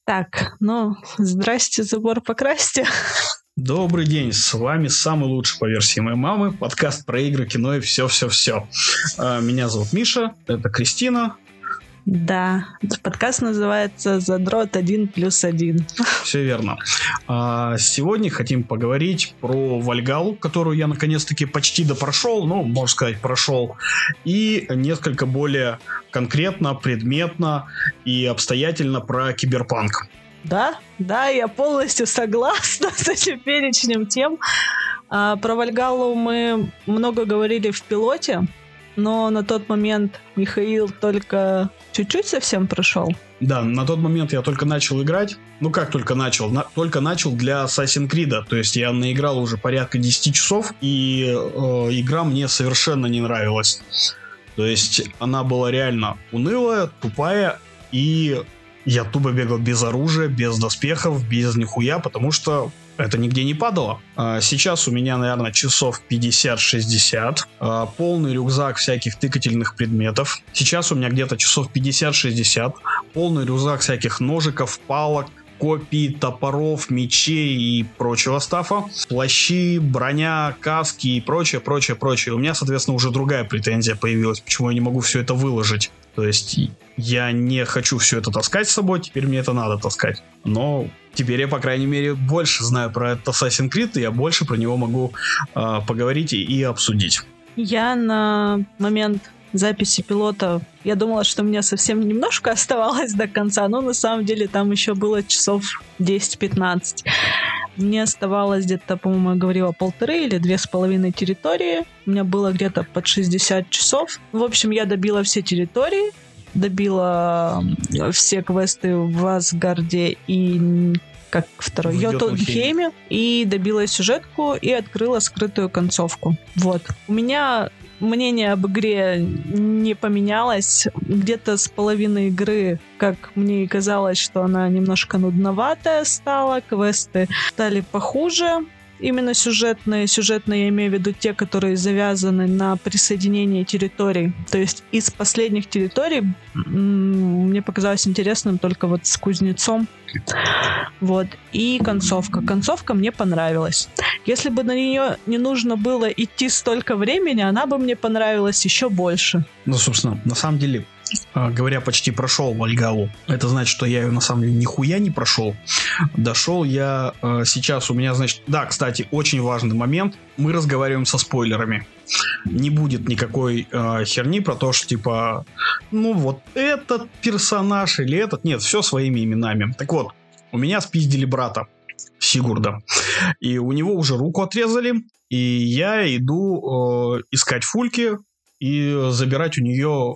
Так, здрасте, забор покрасьте. Добрый день, с вами самый лучший по версии моей мамы подкаст про игры, кино и все-все-все. Меня зовут Миша, это Кристина. Да, подкаст называется «Задрот 1+1». Все верно. Сегодня хотим поговорить про Вальгаллу, которую я наконец-таки почти допрошел, можно сказать, прошел, и несколько более конкретно, предметно и обстоятельно про Киберпанк. Да, я полностью согласна с этим перечнем тем. Про Вальгаллу мы много говорили в пилоте, но на тот момент Михаил только чуть-чуть совсем прошел. Да, на тот момент я только начал играть. Как только начал? Только начал для Assassin's Creed. То есть я наиграл уже порядка 10 часов, и игра мне совершенно не нравилась. То есть она была реально унылая, тупая, и я тупо бегал без оружия, без доспехов, без нихуя, потому что это нигде не падало. Сейчас у меня, наверное, часов 50-60. Полный рюкзак всяких тыкательных предметов. Сейчас у меня где-то часов 50-60. Полный рюкзак всяких ножиков, палок, копий, топоров, мечей и прочего стафа. Плащи, броня, каски и прочее. У меня, соответственно, уже другая претензия появилась, почему я не могу все это выложить. То есть я не хочу все это таскать с собой, теперь мне это надо таскать. Но теперь я, по крайней мере, больше знаю про этот Assassin's Creed, и я больше про него могу поговорить и обсудить. Я на момент записи пилота, я думала, что у меня совсем немножко оставалось до конца, но на самом деле там еще было часов 10-15. Мне оставалось где-то, по-моему, я говорила, 1,5 или 2,5 территории. У меня было где-то под 60 часов. В общем, я добила все территории, добила все квесты в Асгарде и Йотунхейме, и добила сюжетку и открыла скрытую концовку. Вот. У меня мнение об игре не поменялось. Где-то с половины игры, как мне и казалось, что она немножко нудноватая стала, квесты стали похуже. Именно сюжетные, я имею в виду те, которые завязаны на присоединении территорий. То есть из последних территорий мне показалось интересным только вот с кузнецом. Вот. И концовка. Концовка мне понравилась. Если бы на нее не нужно было идти столько времени, она бы мне понравилась еще больше. Собственно, на самом деле, говоря, почти прошел Вальгаллу. Это значит, что я ее на самом деле нихуя не прошел. Дошел я сейчас у меня, Да, кстати, очень важный момент. Мы разговариваем со спойлерами. Не будет никакой херни про то, что вот этот персонаж или этот. Нет, все своими именами. Так вот, у меня спиздили брата Сигурда. И у него уже руку отрезали. И я иду искать Фульки и забирать у нее...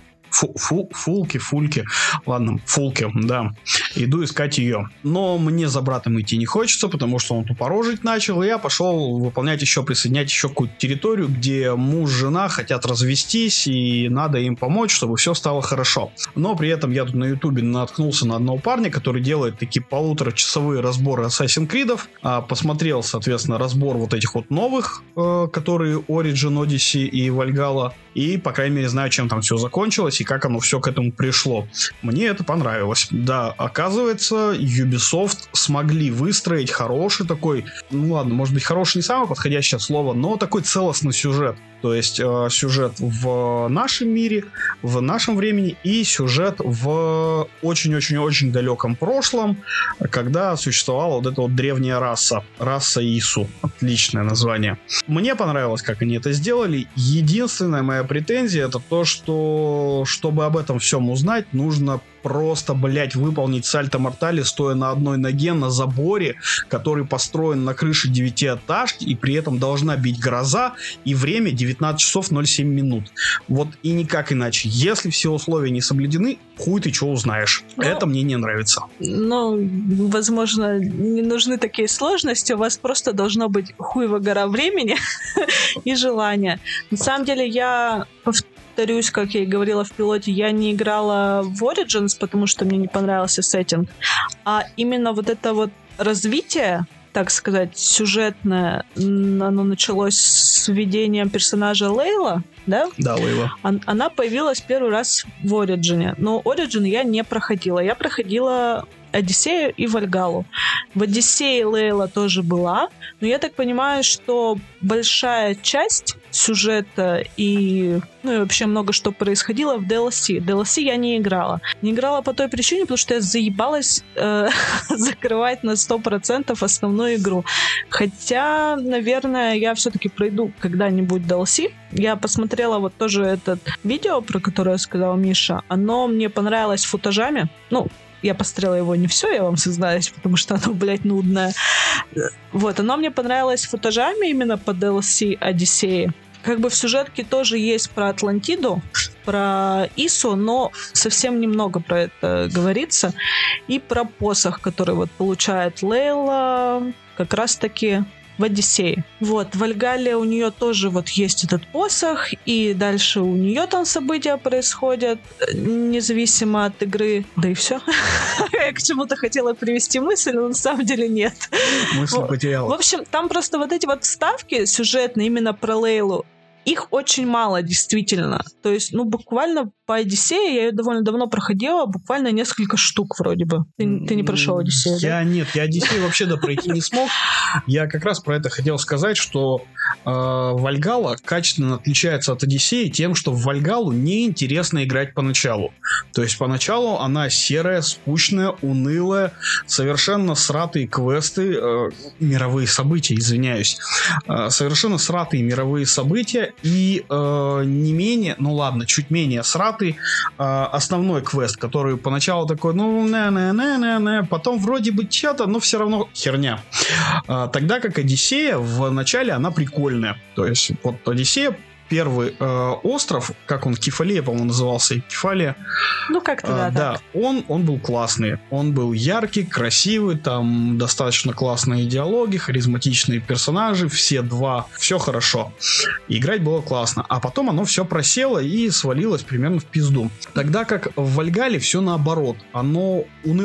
Фулки. Ладно, Фулки, да. Иду искать ее. Но мне за братом идти не хочется, потому что он тупорожить начал, и я пошел присоединять еще какую-то территорию, где муж, жена хотят развестись, и надо им помочь, чтобы все стало хорошо. Но при этом я тут на ютубе наткнулся на одного парня, который делает такие 1,5-часовые разборы Assassin's Creed. Посмотрел, соответственно, разбор вот этих вот новых, которые Origin, Odyssey и Valhalla, и, по крайней мере, знаю, чем там все закончилось и как оно все к этому пришло. Мне это понравилось. Да, оказывается, Ubisoft смогли выстроить хороший такой, может быть, хороший не самое подходящее слово, но такой целостный сюжет. То есть сюжет в нашем мире, в нашем времени, и сюжет в очень-очень-очень далеком прошлом, когда существовала вот эта вот древняя раса Ису. Отличное название. Мне понравилось, как они это сделали. Единственная моя претензия — это то, что чтобы об этом всем узнать, нужно просто, выполнить сальто-мортали, стоя на одной ноге на заборе, который построен на крыше 9-этажки, и при этом должна бить гроза, и время 19 часов 07 минут. Вот и никак иначе. Если все условия не соблюдены, хуй ты что узнаешь. Это мне не нравится. Возможно, не нужны такие сложности, у вас просто должно быть хуево гора времени и желания. На самом деле, я повторюсь, как я и говорила в пилоте, я не играла в Origins, потому что мне не понравился сеттинг. А именно вот это вот развитие, так сказать, сюжетное, оно началось с введением персонажа Лейла, да? Да, Лейла. Она появилась первый раз в Origin, но Origin я не проходила. Я проходила Одиссею и Вальгаллу. В Одиссее Лейла тоже была, но я так понимаю, что большая часть сюжета и вообще много что происходило в DLC. DLC я не играла. Не играла по той причине, потому что я заебалась закрывать на 100% основную игру. Хотя, наверное, я все-таки пройду когда-нибудь DLC. Я посмотрела вот тоже это видео, про которое сказал Миша. Оно мне понравилось футажами. Я посмотрела его не все, я вам сознаюсь, потому что оно, нудное. Вот, оно мне понравилось футажами именно по DLC Одиссеи. Как бы в сюжетке тоже есть про Атлантиду, про Ису, но совсем немного про это говорится. И про посох, который вот получает Лейла как раз-таки в Одиссее. Вот, в Вальгалле у нее тоже вот есть этот посох, и дальше у нее там события происходят, независимо от игры. Да и все. Я к чему-то хотела привести мысль, но на самом деле нет. Мысль потеряла. В общем, там просто вот эти вот вставки сюжетные именно про Лейлу, их очень мало, действительно. То есть, буквально по Одиссее, я ее довольно давно проходила, буквально несколько штук вроде бы. Ты не прошел Одиссею, да? Нет, я Одиссею вообще пройти не смог. Я как раз про это хотел сказать, что Вальгалла качественно отличается от Одиссеи тем, что в Вальгаллу неинтересно играть поначалу. То есть поначалу она серая, скучная, унылая, совершенно сратые квесты, мировые события, извиняюсь. Совершенно сратые мировые события и не менее, чуть менее сратый основной квест, который поначалу такой, потом вроде бы что-то, но все равно херня. Тогда как Одиссея в начале она прикольная. То есть вот Одиссея, первый остров, как он, Кефалия, по-моему, назывался, Кефалия. Как-то да. Он был классный. Он был яркий, красивый, там достаточно классные диалоги, харизматичные персонажи, все хорошо. И играть было классно. А потом оно все просело и свалилось примерно в пизду. Тогда как в Вальгалле все наоборот. Оно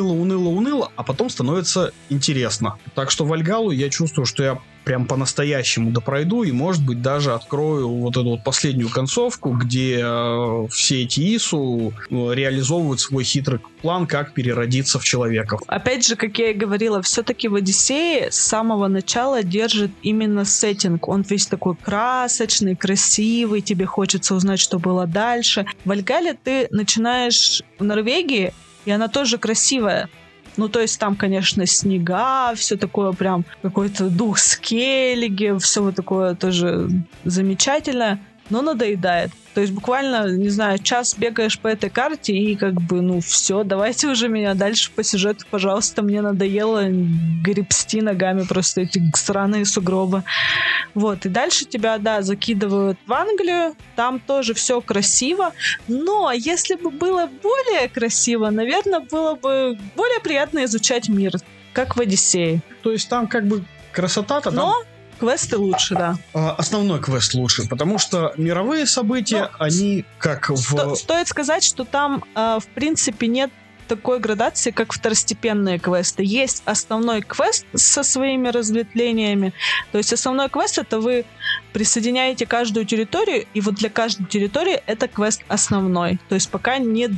уныло, а потом становится интересно. Так что Вальгаллу я чувствую, что я прям по-настоящему допройду и, может быть, даже открою вот эту вот последнюю концовку, где все эти Ису реализовывают свой хитрый план, как переродиться в человека. Опять же, как я и говорила, все-таки в Одиссее с самого начала держит именно сеттинг. Он весь такой красочный, красивый, тебе хочется узнать, что было дальше. В Вальгалле ты начинаешь в Норвегии, и она тоже красивая. То есть там, конечно, снега, все такое прям какой-то дух Скеллиги, все вот такое тоже замечательное, но надоедает. То есть буквально, не знаю, час бегаешь по этой карте и все, давайте уже меня дальше по сюжету, пожалуйста, мне надоело гребсти ногами просто эти сраные сугробы. Вот, и дальше тебя, закидывают в Англию, там тоже все красиво, но если бы было более красиво, наверное, было бы более приятно изучать мир, как в Одиссее. То есть там красота-то... Но квесты лучше, да. Основной квест лучше, потому что мировые события, они как в... Стоит сказать, что там, в принципе, нет такой градации, как второстепенные квесты. Есть основной квест со своими разветвлениями. То есть основной квест — это вы присоединяете каждую территорию, и вот для каждой территории это квест основной. То есть пока не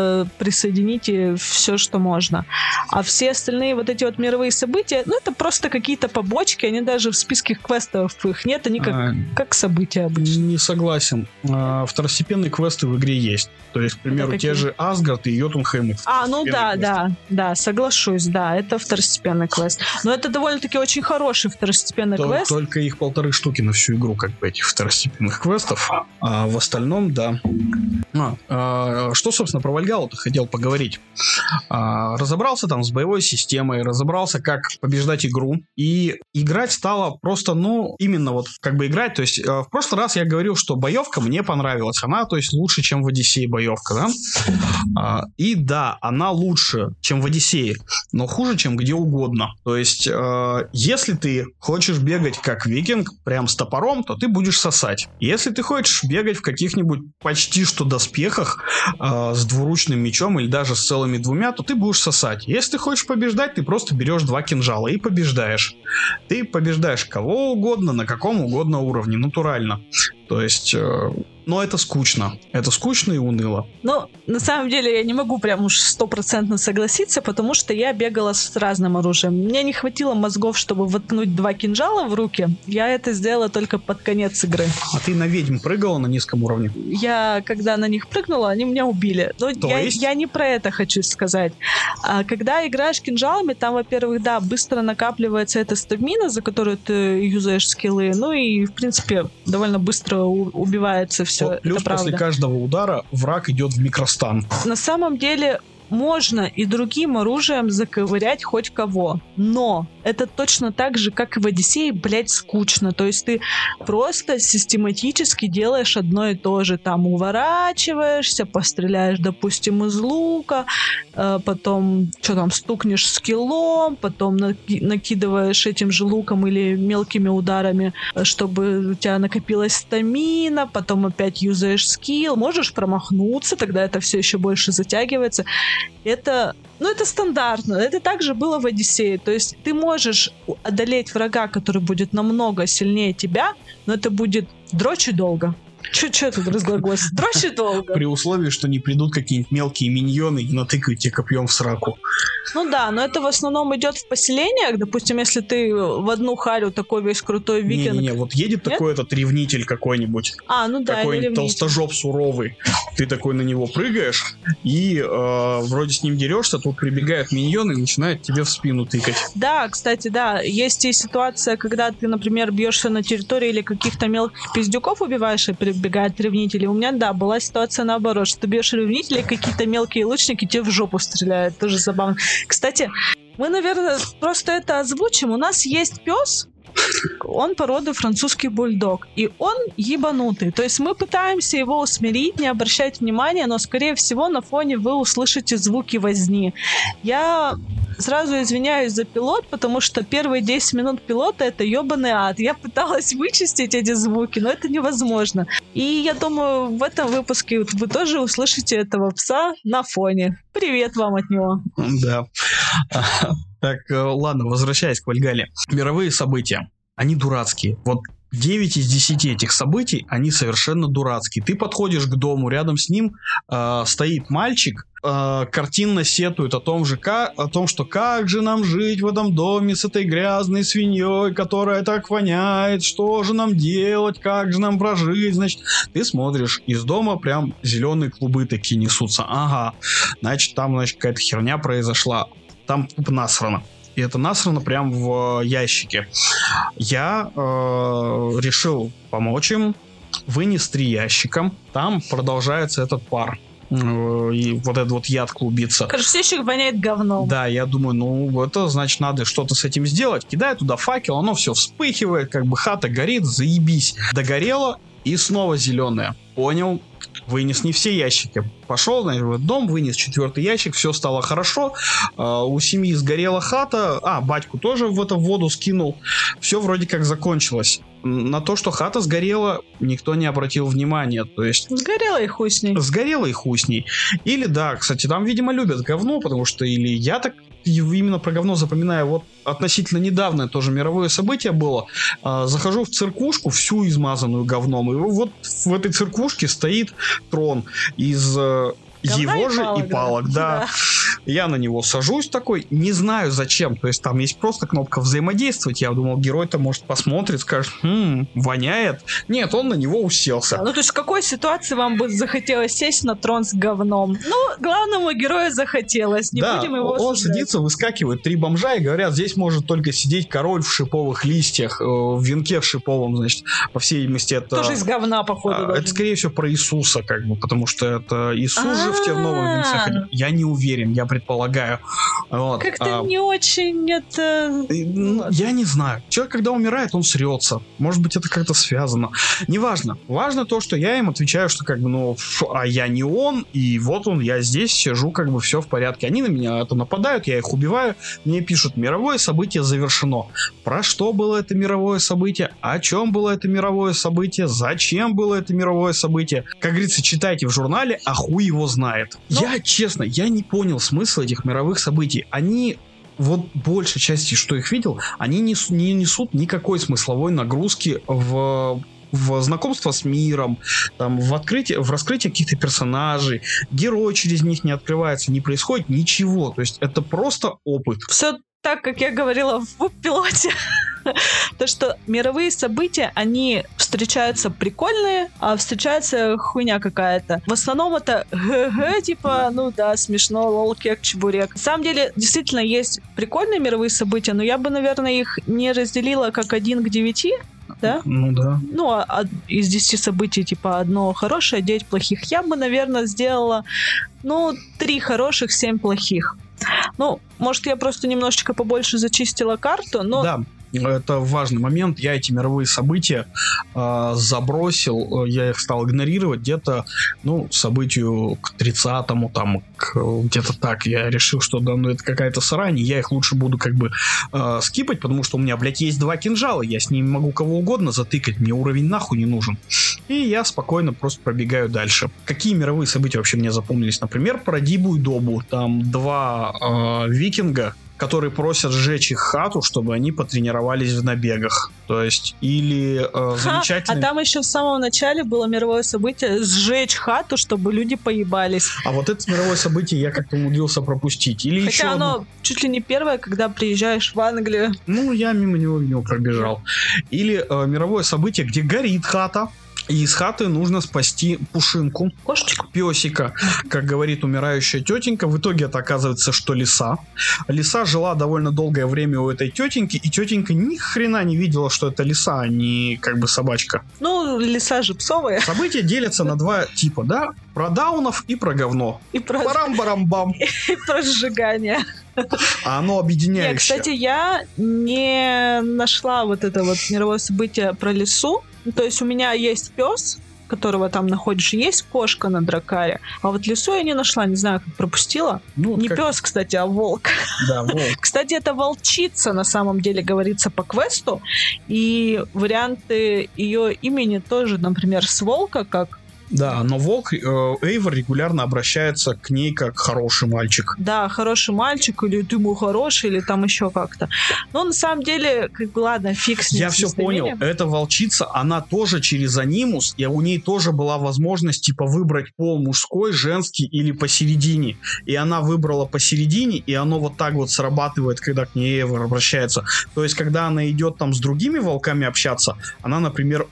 присоедините все, что можно. А все остальные вот эти вот мировые события, это просто какие-то побочки, они даже в списке квестов их нет, они как события обычно. Не второстепенные квесты в игре есть. То есть, к примеру, те же Асгард и Йотунхейм. Да, соглашусь, да, это второстепенный квест. Но это довольно-таки очень хороший второстепенный квест. Только их 1,5 штуки на всю игру, этих второстепенных квестов. А в остальном, да. Что, собственно, про Вальгаллу-то хотел поговорить. Разобрался там с боевой системой, разобрался, как побеждать игру. И играть стало просто, именно играть. То есть, в прошлый раз я говорил, что боевка мне понравилась. Она, то есть, лучше, чем в Одиссее боевка, да? И да, она лучше, чем в Одиссее, но хуже, чем где угодно. То есть, если ты хочешь бегать как викинг, прям с топором, то ты будешь сосать. Если ты хочешь бегать в каких-нибудь почти что доспехах с двуручным мечом или даже с целыми 2, то ты будешь сосать. Если ты хочешь побеждать, ты просто берешь 2 кинжала и побеждаешь. Ты побеждаешь кого угодно, на каком угодно уровне, натурально. То есть... Но это скучно. Это скучно и уныло. Ну, на самом деле, я не могу прям уж 100% согласиться, потому что я бегала с разным оружием. Мне не хватило мозгов, чтобы воткнуть 2 кинжала в руки. Я это сделала только под конец игры. А ты на ведьм прыгала на низком уровне? Я, когда на них прыгнула, они меня убили. Но я не про это хочу сказать. Когда играешь кинжалами, там, во-первых, да, быстро накапливается эта стамина, за которую ты юзаешь скиллы. Ну и, в принципе, довольно быстро убивается все. Плюс после каждого удара враг идет в микростан. На самом деле можно и другим оружием заковырять хоть кого, но это точно так же, как и в Одиссее, блять, скучно. То есть ты просто систематически делаешь одно и то же. Там уворачиваешься, постреляешь, допустим, из лука, потом что там, стукнешь скиллом, потом накидываешь этим же луком или мелкими ударами, чтобы у тебя накопилась стамина, потом опять юзаешь скилл. Можешь промахнуться, тогда это все еще больше затягивается. Это стандартно. Это также было в Одиссее. То есть ты можешь одолеть врага, который будет намного сильнее тебя, но это будет дрочь и долго. Че тут разглагольствовать? Дрочь и долго. При условии, что не придут какие-нибудь мелкие миньоны и натыкают тебе копьем в сраку. Ну да, но это в основном идет в поселениях. Допустим, если ты в одну харю такой весь крутой викинг... Не-не-не, вот едет такой этот ревнитель какой-нибудь. Ну да, какой-нибудь толстожоп суровый. Ты такой на него прыгаешь и вроде с ним дерешься, тут прибегают миньоны и начинают тебе в спину тыкать. Да, кстати, да. Есть и ситуация, когда ты, например, бьешься на территории или каких-то мелких пиздюков убиваешь, и прибегают ревнители. У меня, да, была ситуация наоборот, что ты бьешь ревнителей, какие-то мелкие лучники тебе в жопу стреляют. Тоже забавно. Кстати, мы, наверное, просто это озвучим. У нас есть пес, он породы французский бульдог, и он ебанутый. То есть мы пытаемся его усмирить, не обращать внимания, но, скорее всего, на фоне вы услышите звуки возни. Я сразу извиняюсь за пилот, потому что первые 10 минут пилота — это ебаный ад. Я пыталась вычистить эти звуки, но это невозможно. И я думаю, в этом выпуске вы тоже услышите этого пса на фоне. Привет вам от него. Да. Так, ладно, возвращаясь к Вальгалле. Мировые события, они дурацкие. Вот 9 из 10 этих событий, они совершенно дурацкие. Ты подходишь к дому, рядом с ним стоит мальчик, картинно сетует о том, что как же нам жить в этом доме с этой грязной свиньей, которая так воняет, что же нам делать, как же нам прожить. Значит, ты смотришь, из дома прям зеленые клубы такие несутся. Ага, значит, там, какая-то херня произошла. Там насрано. И это насрано прям в ящике. Я решил помочь им. Вынес 3 ящика. Там продолжается этот пар. И вот этот вот яд клубится. Кажется, ящик воняет говном. Да, я думаю, это значит, надо что-то с этим сделать. Кидаю туда факел, оно все вспыхивает, как бы хата горит, заебись. Догорело, и снова зеленое. Понял. Вынес не все ящики. Пошел, значит, в дом, вынес 4-й ящик, все стало хорошо. У семьи сгорела хата. Батьку тоже в эту воду скинул. Все вроде как закончилось. На то, что хата сгорела, никто не обратил внимания. То есть... Сгорела и хуй с ней. Сгорела и хуй с ней. Или да, кстати, там, видимо, любят говно, потому что или я так именно про говно запоминаю. Вот относительно недавно тоже мировое событие было. Захожу в церквушку, всю измазанную говном. И вот в этой церквушке стоит трон из его же и палок, да. Я на него сажусь такой, не знаю зачем, то есть там есть просто кнопка взаимодействовать, я думал, герой-то может посмотрит, скажет, воняет. Нет, он на него уселся. То есть в какой ситуации вам бы захотелось сесть на трон с говном? Главному герою захотелось, не будем его он осуждать. садится, выскакивает 3 бомжа и говорят, здесь может только сидеть король в шиповых листьях, в венке в шиповом, значит, по всей видимости это... Тоже из говна, походу. Это, скорее всего, про Иисуса, как бы, потому что это Иисус же в терновом венце ходил. Я не уверен, я предполагаю. Вот. Как-то не очень это... Я не знаю. Человек, когда умирает, он срется. Может быть, это как-то связано. Неважно. Важно то, что я им отвечаю, что как бы, я не он, и вот я здесь сижу, как бы все в порядке. Они на меня нападают, я их убиваю. Мне пишут, мировое событие завершено. Про что было это мировое событие? О чем было это мировое событие? Зачем было это мировое событие? Как говорится, читайте в журнале, а хуй его знает. Я, честно, я не понял смысл этих мировых событий. Они, вот большей части, что их видел, они не несут никакой смысловой нагрузки в в знакомство с миром, там, в раскрытие каких-то персонажей. Герой через них не открывается, не происходит ничего. То есть это просто опыт. Все так, как я говорила в пилоте. То, что мировые события, они встречаются прикольные, а встречается хуйня какая-то. В основном это типа, ну да, смешно, лол, кек, чебурек. На самом деле, действительно, есть прикольные мировые события, но я бы, наверное, их не разделила как 1 к 9, да? Ну да. Ну, а из 10 событий, типа, 1 хорошее, 9 плохих. Я бы, наверное, сделала, 3 хороших, 7 плохих. Ну, может, я просто немножечко побольше зачистила карту, но... Да. Это важный момент. Я эти мировые события забросил, я их стал игнорировать где-то, событию к 30-му, там, где-то так. Я решил, что это какая-то срань, и я их лучше буду скипать, потому что у меня, есть 2 кинжала, я с ними могу кого угодно затыкать, мне уровень нахуй не нужен. И я спокойно просто пробегаю дальше. Какие мировые события вообще мне запомнились? Например, про Дибу и Добу. Там 2 викинга, которые просят сжечь их хату, чтобы они потренировались в набегах. То есть, или замечательно... А там еще в самом начале было мировое событие сжечь хату, чтобы люди поебались. А вот это мировое событие я как-то умудрился пропустить. Или хотя еще оно чуть ли не первое, когда приезжаешь в Англию. Я мимо него пробежал. Или мировое событие, где горит хата, и из хаты нужно спасти Пушинку. Кошечку. Песика, как говорит умирающая тетенька. В итоге это оказывается, что лиса. Лиса жила довольно долгое время у этой тетеньки, и тетенька ни хрена не видела, что это лиса, а не собачка. Лиса же псовая. События делятся на 2 типа, да? Про даунов и про говно. И про... Парам-барам-бам. И про сжигание. А оно объединяющее. Нет, кстати, я не нашла вот это вот мировое событие про лису. То есть у меня есть пес, которого там находишь, есть кошка на Дракаре, а вот лису я не нашла, не знаю, как пропустила. Не пес, кстати, а волк. Да, волк. Кстати, это волчица на самом деле говорится по квесту, и варианты ее имени тоже, например, с волка, как... Да, но волк Эйвор регулярно обращается к ней как хороший мальчик. Да, хороший мальчик, или ты мой хороший, или там еще как-то. Но на самом деле, ладно, фиг с ним. Я все понял. Эта волчица, она тоже через анимус, и у ней тоже была возможность выбрать пол мужской, женский или посередине. И она выбрала посередине, и оно вот так вот срабатывает, когда к ней Эйвор обращается. То есть, когда она идет там с другими волками общаться, она, например,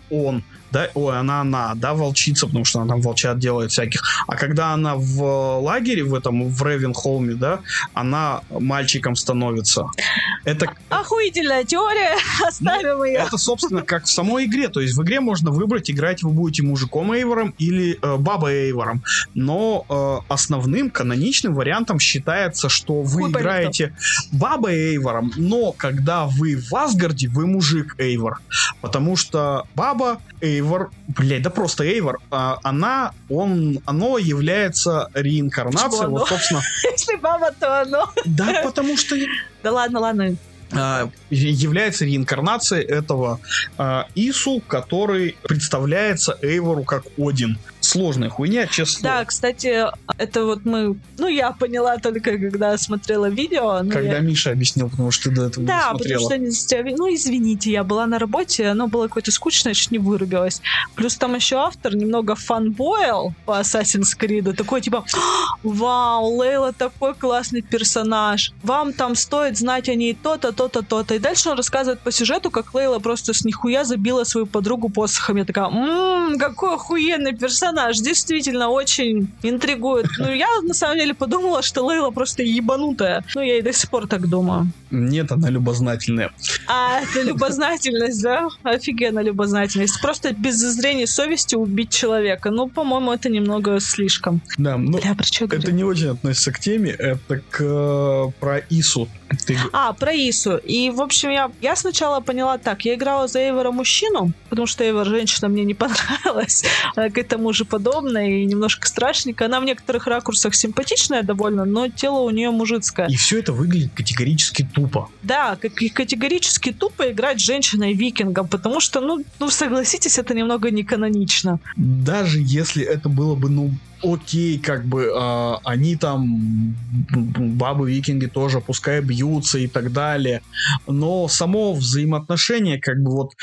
она, волчица, потому что она там волчат делает всяких. А когда она в лагере, в Ревенхолме, да, она мальчиком становится. Это... Охуительная теория, оставим ее. Это, собственно, как в самой игре. То есть в игре можно выбрать, играть вы будете мужиком Эйвором или бабой Эйвором. Но основным каноничным вариантом считается, что вы играете бабой Эйвором, но когда вы в Асгарде, вы мужик Эйвор. Потому что баба Эйвор, просто Эйвор, оно является реинкарнацией. Вот, собственно... Если баба, то оно. Да, потому что... Да ладно. Является реинкарнацией этого Ису, который представляется Эйвору как Один. Сложная хуйня, честно. Да, кстати, это вот я поняла только, когда смотрела видео. Когда Миша объяснил, потому что ты до этого не смотрела. Да, потому что, извините, я была на работе, оно было какое-то скучное, чуть не вырубилось. Плюс там еще автор немного фанбоил по Assassin's Creed, такой вау, Лейла такой классный персонаж, вам там стоит знать о ней то-то, то-то, то-то. И дальше он рассказывает по сюжету, как Лейла просто с нихуя забила свою подругу посохом. Я такая, какой охуенный персонаж, действительно очень интригует. Я на самом деле подумала, что Лейла просто ебанутая. Я и до сих пор так думаю. Нет, она любознательная. Это любознательность, да? Офигенная любознательность. Просто без зазрения совести убить человека. По-моему, это немного слишком. Да, это не очень относится к теме, это про Ису. Про Ису. И, в общем, я сначала поняла так. Я играла за Эйвора мужчину, потому что Эйвор женщина мне не понравилась. Она к этому же подобная и немножко страшненькая. Она в некоторых ракурсах симпатичная довольно, но тело у нее мужицкое. И все это выглядит категорически тупо. Да, категорически тупо играть женщиной-викингом, потому что, согласитесь, это немного не канонично. Даже если это было бы, окей, как бы они там, бабы-викинги тоже, пускай бьются и так далее, но само взаимоотношение, как бы вот,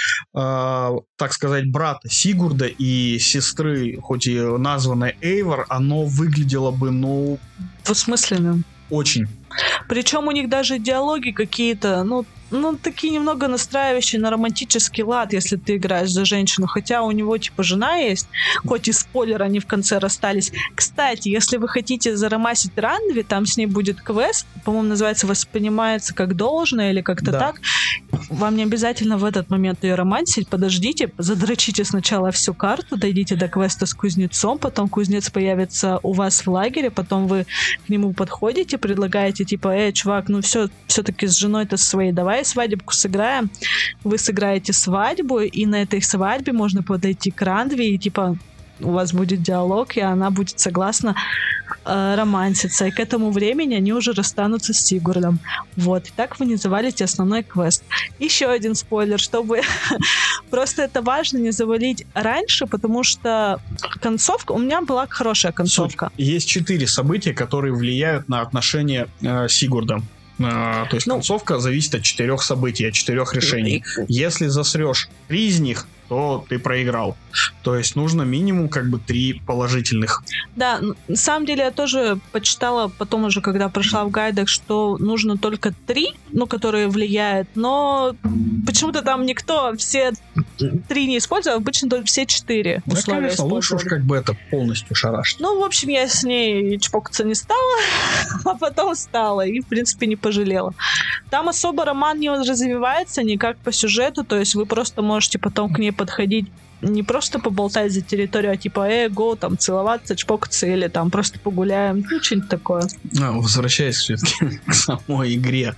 так сказать, брата Сигурда и сестры, хоть и названной Эйвор, оно выглядело бы, ну... Двусмысленным. Очень. Причем у них даже диалоги какие-то, ну, такие немного настраивающие на романтический лад, если ты играешь за женщину. Хотя у него, типа, жена есть, хоть и спойлер, они в конце расстались. Кстати, если вы хотите заромасить Рандви, там с ней будет квест, по-моему, называется «Воспринимается как должное» или как-то так. Вам не обязательно в этот момент ее романсить. Подождите, задрочите сначала всю карту, дойдите до квеста с кузнецом, потом кузнец появится у вас в лагере, потом вы к нему подходите, предлагаете, типа, чувак, ну все-таки с женой-то своей давай свадебку сыграем. Вы сыграете свадьбу, и на этой свадьбе можно подойти к Рандви, и типа у вас будет диалог, и она будет согласна романситься. И к этому времени они уже расстанутся с Сигурдом. Вот. И так вы не завалите основной квест. Еще один спойлер, чтобы... Просто это важно не завалить раньше, потому что концовка... У меня была хорошая концовка. Есть 4 события, которые влияют на отношения Сигурда. То есть концовка зависит от 4 событий, от 4 решений. Если засрешь 3 из них, то ты проиграл. То есть нужно минимум как бы 3 положительных. Да, на самом деле я тоже почитала потом уже, когда прошла в гайдах, что нужно только 3, которые влияют, но почему-то там никто все 3 не использовал, обычно только все 4 условия конечно, использовали. Лучше уж как бы это полностью шарашить. В общем, я с ней чпокаться не стала, а потом стала и, в принципе, не пожалела. Там особо роман не развивается никак по сюжету, то есть вы просто можете потом к ней подходить не просто поболтать за территорию, а типа, го, там, целоваться, чпокаться или там просто погуляем, что-нибудь такое. Возвращаясь все-таки к самой игре.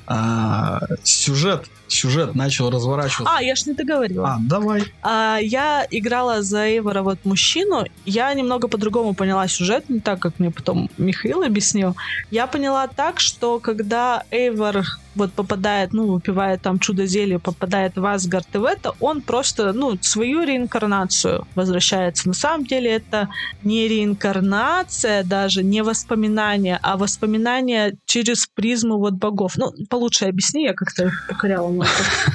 Сюжет начал разворачиваться. Я ж не договорила. Давай. Я играла за Эйвора мужчину. Я немного по-другому поняла сюжет, не так, как мне потом Михаил объяснил. Я поняла так, что когда Эйвор попадает, выпивает там чудо-зелье, попадает в Асгард и в это, он просто, свою реинкарнацию возвращается. На самом деле это не реинкарнация даже, не воспоминания, а воспоминания через призму богов. Получше объясни, я как-то покоряла мозг.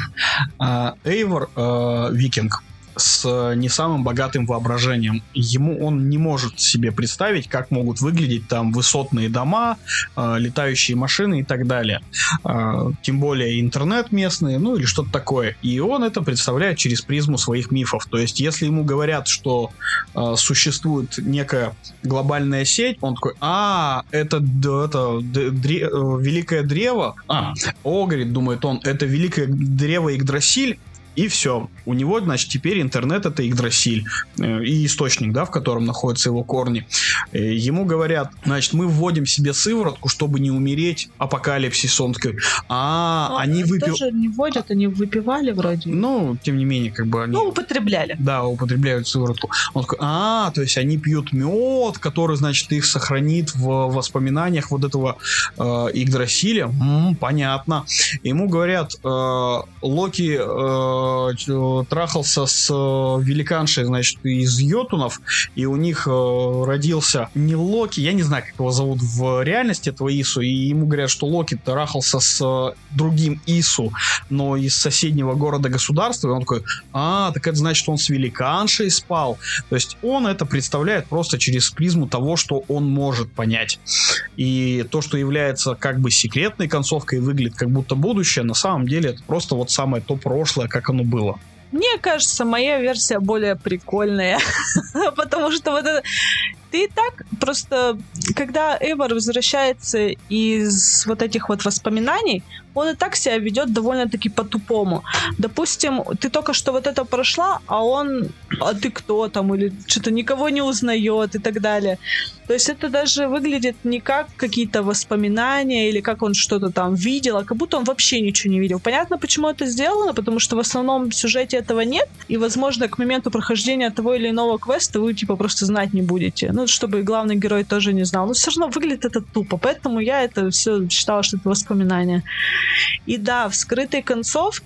Эйвор викинг с не самым богатым воображением. Он не может себе представить, как могут выглядеть там высотные дома, летающие машины и так далее. Тем более интернет местный, или что-то такое. И он это представляет через призму своих мифов. То есть, если ему говорят, что существует некая глобальная сеть, он такой, это великое древо. Говорит, думает он, это великое древо Игдрасиль. И все. У него, значит, теперь интернет — это Игдрасиль. И источник, в котором находятся его корни. Ему говорят, значит, мы вводим себе сыворотку, чтобы не умереть. Апокалипсис. Он такой, они выпивали... Тоже не вводят, они выпивали вроде. Тем не менее, как бы они... употребляли. Да, употребляют сыворотку. Он такой, то есть они пьют мед, который, значит, их сохранит в воспоминаниях этого Игдрасиля. Понятно. Ему говорят, Локи... трахался с великаншей, значит, из йотунов, и у них родился не Локи, я не знаю, как его зовут в реальности, этого Ису, и ему говорят, что Локи трахался с другим Ису, но из соседнего города-государства, и он такой, так это значит, он с великаншей спал. То есть он это представляет просто через призму того, что он может понять. И то, что является как бы секретной концовкой и выглядит как будто будущее, на самом деле это просто самое то прошлое, как оно было. Мне кажется, моя версия более прикольная, потому что ты так просто, когда Эйвор возвращается из этих воспоминаний, он и так себя ведет довольно-таки по-тупому. Допустим, ты только что это прошла, а ты кто там, или что-то никого не узнает и так далее. То есть это даже выглядит не как какие-то воспоминания или как он что-то там видел, а как будто он вообще ничего не видел. Понятно, почему это сделано, потому что в основном сюжете этого нет, и, возможно, к моменту прохождения того или иного квеста вы просто знать не будете. Чтобы главный герой тоже не знал. Но все равно выглядит это тупо, поэтому я это все считала, что это воспоминания. И да, в скрытой концовке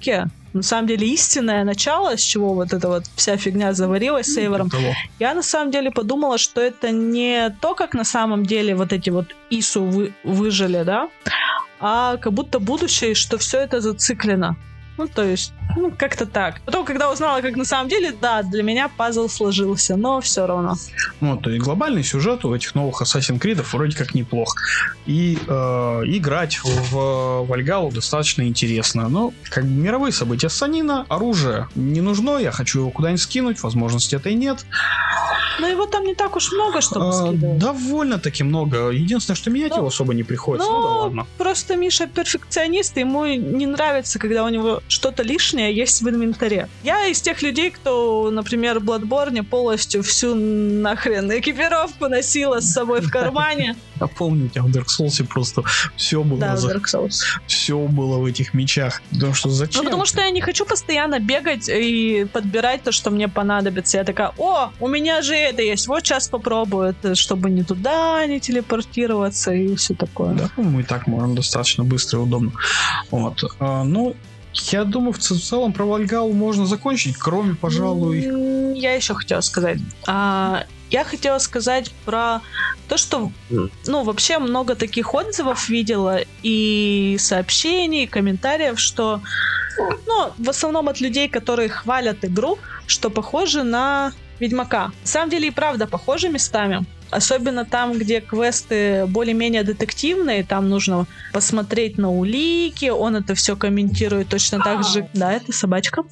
на самом деле истинное начало, с чего вот эта вот вся фигня заварилась с Эйвором, я на самом деле подумала, что это не то, как на самом деле вот эти вот Ису выжили, да, а как будто будущее, что все это зациклено. Ну, то есть, как-то так. Потом, когда узнала, как на самом деле, да, для меня пазл сложился, но все равно. Вот, и глобальный сюжет у этих новых Assassin's Creed вроде как неплох. И играть в Вальгаллу достаточно интересно. Но, как бы, мировые события Санина, оружие не нужно, я хочу его куда-нибудь скинуть, возможности этой нет. Но его там не так уж много, чтобы скидывать. Довольно-таки много. Единственное, что менять его особо не приходится. Ну да ладно. Просто Миша перфекционист, и ему не нравится, когда у него что-то лишнее есть в инвентаре. Я из тех людей, кто, например, в Bloodborne полностью всю нахрен экипировку носила с собой в кармане. Я помню, у тебя в Dark Souls просто все было. Да, в Dark Souls. Все было в этих мечах. Потому что зачем? Ну, потому что я не хочу постоянно бегать и подбирать то, что мне понадобится. Я такая, у меня же это есть, вот сейчас попробую, чтобы не туда не телепортироваться и все такое. Да, мы и так можем достаточно быстро и удобно. Вот. Ну, я думаю, в целом про Вальгаллу можно закончить, кроме, пожалуй... Я еще хотела сказать. Я хотела сказать про то, что, вообще много таких отзывов видела и сообщений, и комментариев, что, в основном от людей, которые хвалят игру, что похоже на Ведьмака. На самом деле и правда похожи местами. Особенно там, где квесты более-менее детективные, там нужно посмотреть на улики, он это все комментирует точно так же. Да, это собачка.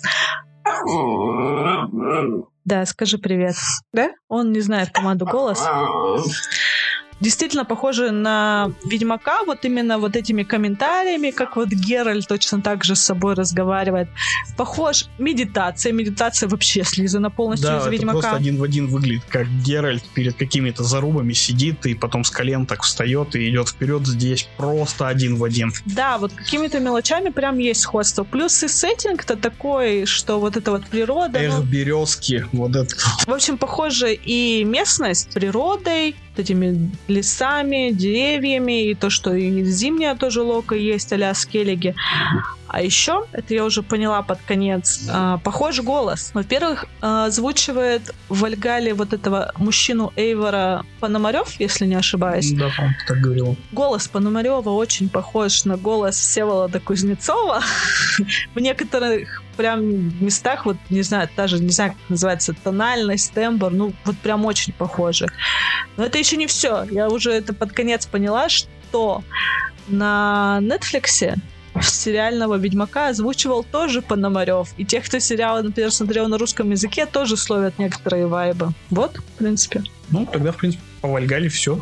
Да, скажи привет. Да? Он не знает команду «Голос». Действительно похоже на Ведьмака, вот именно вот этими комментариями, как вот Геральт точно так же с собой разговаривает. Похож медитация вообще слизана полностью из Ведьмака. Да, это просто один в один выглядит, как Геральт перед какими-то зарубами сидит и потом с колен так встает и идет вперед. Здесь просто один в один. Да, вот какими-то мелочами прям есть сходство. Плюс и сеттинг-то такой, что вот эта вот природа... березки, вот это. В общем, похоже и местность с природой, этими лесами, деревьями, и то, что и зимняя тоже лока есть, а-ля Скеллиги. А еще, это я уже поняла под конец, похож голос. Во-первых, озвучивает в Вальгалле вот этого мужчину Эйвора Пономарев, если не ошибаюсь. Да, по-моему, ты так говорил. Голос Пономарева очень похож на голос Всеволода Кузнецова. В некоторых прям местах, вот не знаю, даже не знаю, как называется, тональность, тембр, вот прям очень похоже. Но это еще не все. Я уже это под конец поняла, что на Netflix сериального Ведьмака озвучивал тоже Пономарев. И те, кто сериал, например, смотрел на русском языке, тоже словят некоторые вайбы. Вот, в принципе. Тогда, в принципе, по Вальгалле все.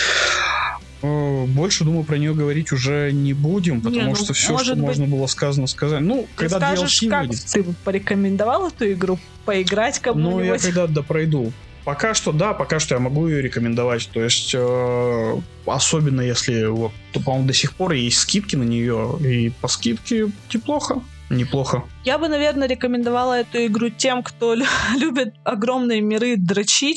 Больше, думаю, про нее говорить уже не будем, потому что все, что можно было сказать. Когда DLC как выйдет. Ты порекомендовал эту игру поиграть кому-нибудь? Я когда пройду. Пока что я могу ее рекомендовать. То есть, особенно если, по-моему, до сих пор есть скидки на нее, и по скидке неплохо. Я бы, наверное, рекомендовала эту игру тем, кто любит огромные миры дрочить,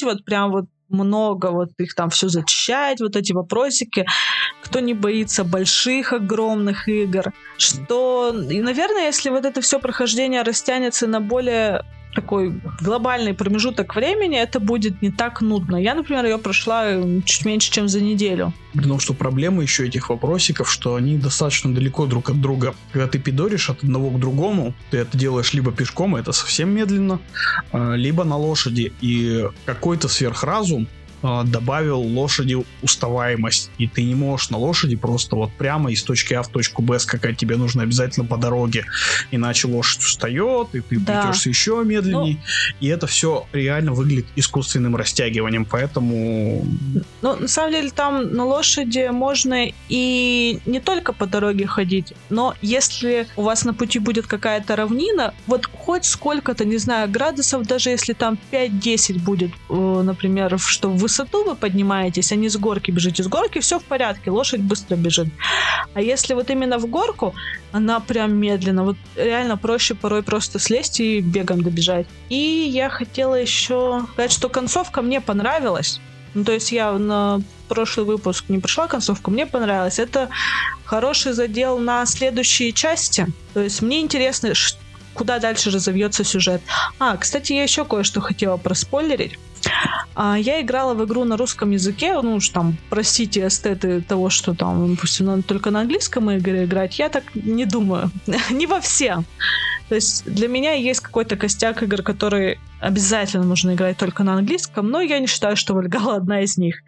много их там все зачищать, эти вопросики, кто не боится больших, огромных игр, и, наверное, если это все прохождение растянется на более такой глобальный промежуток времени, это будет не так нудно. Я, например, ее прошла чуть меньше, чем за неделю. Потому что проблема еще этих вопросиков, что они достаточно далеко друг от друга. Когда ты пидоришь от одного к другому, ты это делаешь либо пешком, это совсем медленно, либо на лошади. И какой-то сверхразум добавил лошади уставаемость, и ты не можешь на лошади просто прямо из точки А в точку Б скакать, тебе нужно обязательно по дороге, иначе лошадь устает, и ты плетешься еще медленнее, и это все реально выглядит искусственным растягиванием, поэтому... на самом деле там на лошади можно и не только по дороге ходить, но если у вас на пути будет какая-то равнина, хоть сколько-то, не знаю, градусов, даже если там 5-10 будет, например, что в высоту вы поднимаетесь, а не с горки бежите. С горки все в порядке, лошадь быстро бежит. А если именно в горку, она прям медленно. Реально проще порой просто слезть и бегом добежать. И я хотела еще сказать, что концовка мне понравилась. То есть я на прошлый выпуск не прошла концовку, мне понравилось. Это хороший задел на следующие части. То есть мне интересно, куда дальше разовьется сюжет. Кстати, я еще кое-что хотела проспойлерить. Я играла в игру на русском языке, ну уж там, простите, эстеты того, что там, допустим, надо только на английском игры играть, я так не думаю. Не во все. То есть для меня есть какой-то костяк игр, которые обязательно нужно играть только на английском, но я не считаю, что Valhalla одна из них.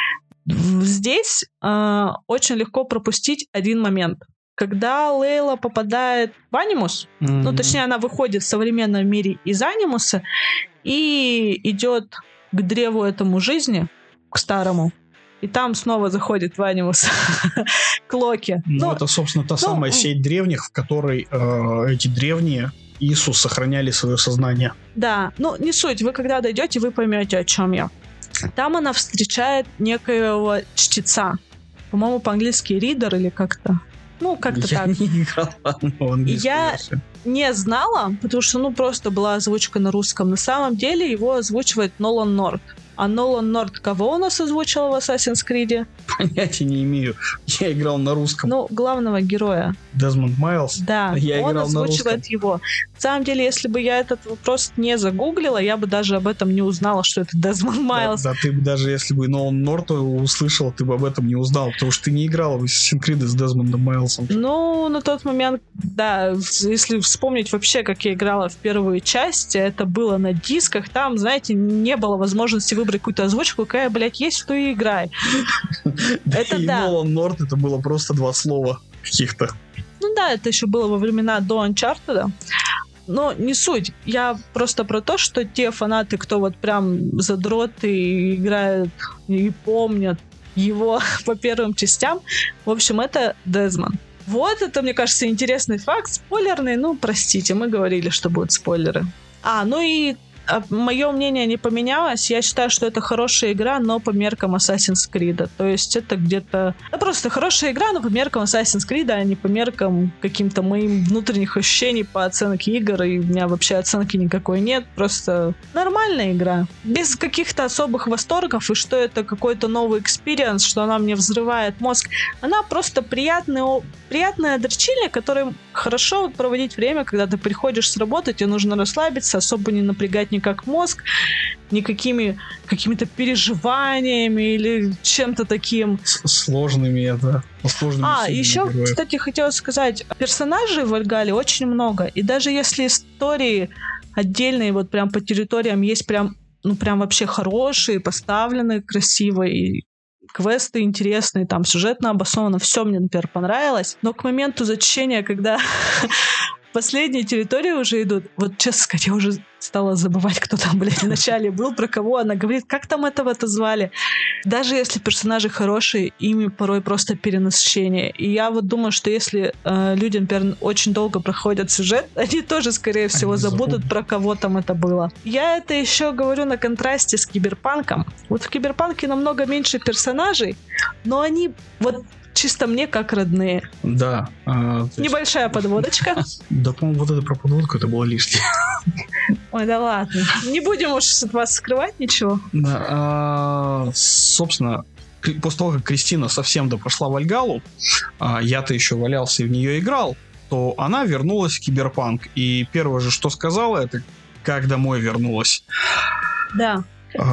Здесь очень легко пропустить один момент. Когда Лейла попадает в Анимус, ну, точнее, она выходит в современном мире из Анимуса и идет к древу этому жизни, к старому, и там снова заходит в Анимус к Локи. Ну, это, собственно, та самая сеть древних, в которой эти древние Иисус сохраняли свое сознание. Да, ну, не суть. Вы когда дойдете, вы поймете, о чем я. Там она встречает некоего чтеца. По-моему, по-английски ридер или как-то. Ну, как-то я так. Не играла в английскую версию. Не знала, потому что, ну, просто была озвучка на русском. На самом деле его озвучивает Нолан Норт. А Нолан Норт кого у нас озвучил в Assassin's Creed? Понятия не имею. Я играл на русском. Ну, главного героя. Дезмонд Майлз? Да, я он играл озвучивает его. На самом деле, если бы я этот вопрос не загуглила, я бы даже об этом не узнала, что это Дезмонд Майлз. Да, ты бы даже если бы Нолан Норта услышал, ты бы об этом не узнал, потому что ты не играла в Assassin's Creed с Дезмондом Майлзом. Ну, на тот момент, да, если вспомнить вообще, как я играла в первую часть, это было на дисках, там, знаете, не было возможности выбрать какую-то озвучку, какая, блядь, есть, что и играй. Это и да. Нолан Норт, это было просто 2 слова каких-то. Ну да, это еще было во времена до Uncharted. Но не суть. Я просто про то, что те фанаты, кто вот прям задроты и играют и помнят его по первым частям, в общем, это Дезмонд. Вот это, мне кажется, интересный факт. Спойлерный, ну, простите, мы говорили, что будут спойлеры. Ну и мое мнение не поменялось. Я считаю, что это хорошая игра, но по меркам Assassin's Creed. То есть это где-то... просто хорошая игра, но по меркам Assassin's Creed, а не по меркам каким-то моим внутренних ощущений по оценке игр. И у меня вообще оценки никакой нет. Просто нормальная игра. Без каких-то особых восторгов, и что это какой-то новый экспириенс, что она мне взрывает мозг. Она просто приятное дрочильня, которым хорошо проводить время, когда ты приходишь с работы, тебе нужно расслабиться, особо не напрягать никак мозг, никакими какими-то переживаниями или чем-то таким. Сложными это. Еще, кстати, хотела сказать, персонажей в Вальгалле очень много, и даже если истории отдельные вот прям по территориям есть прям, ну прям вообще хорошие, поставленные красиво, и квесты интересные, там сюжетно обоснованно, все мне, например, понравилось, но к моменту зачтения, когда последние территории уже идут, вот честно сказать, я уже стала забывать, кто там, блядь, в начале был, про кого она говорит, как там этого-то звали. Даже если персонажи хорошие, ими порой просто перенасыщение. И я вот думаю, что если люди, например, очень долго проходят сюжет, они тоже, скорее всего, забудут, про кого там это было. Я это еще говорю на контрасте с Киберпанком. Вот в Киберпанке намного меньше персонажей, но они вот чисто мне как родные. Да. Небольшая подводочка. Да, по-моему, вот это про подводку, это было лишнее. Ой, да ладно. Не будем уж от вас скрывать ничего. Да, собственно, после того, как Кристина совсем допрошла Вальгаллу, я-то еще валялся и в нее играл, то она вернулась в Киберпанк. И первое же, что сказала, это как домой вернулась. Да.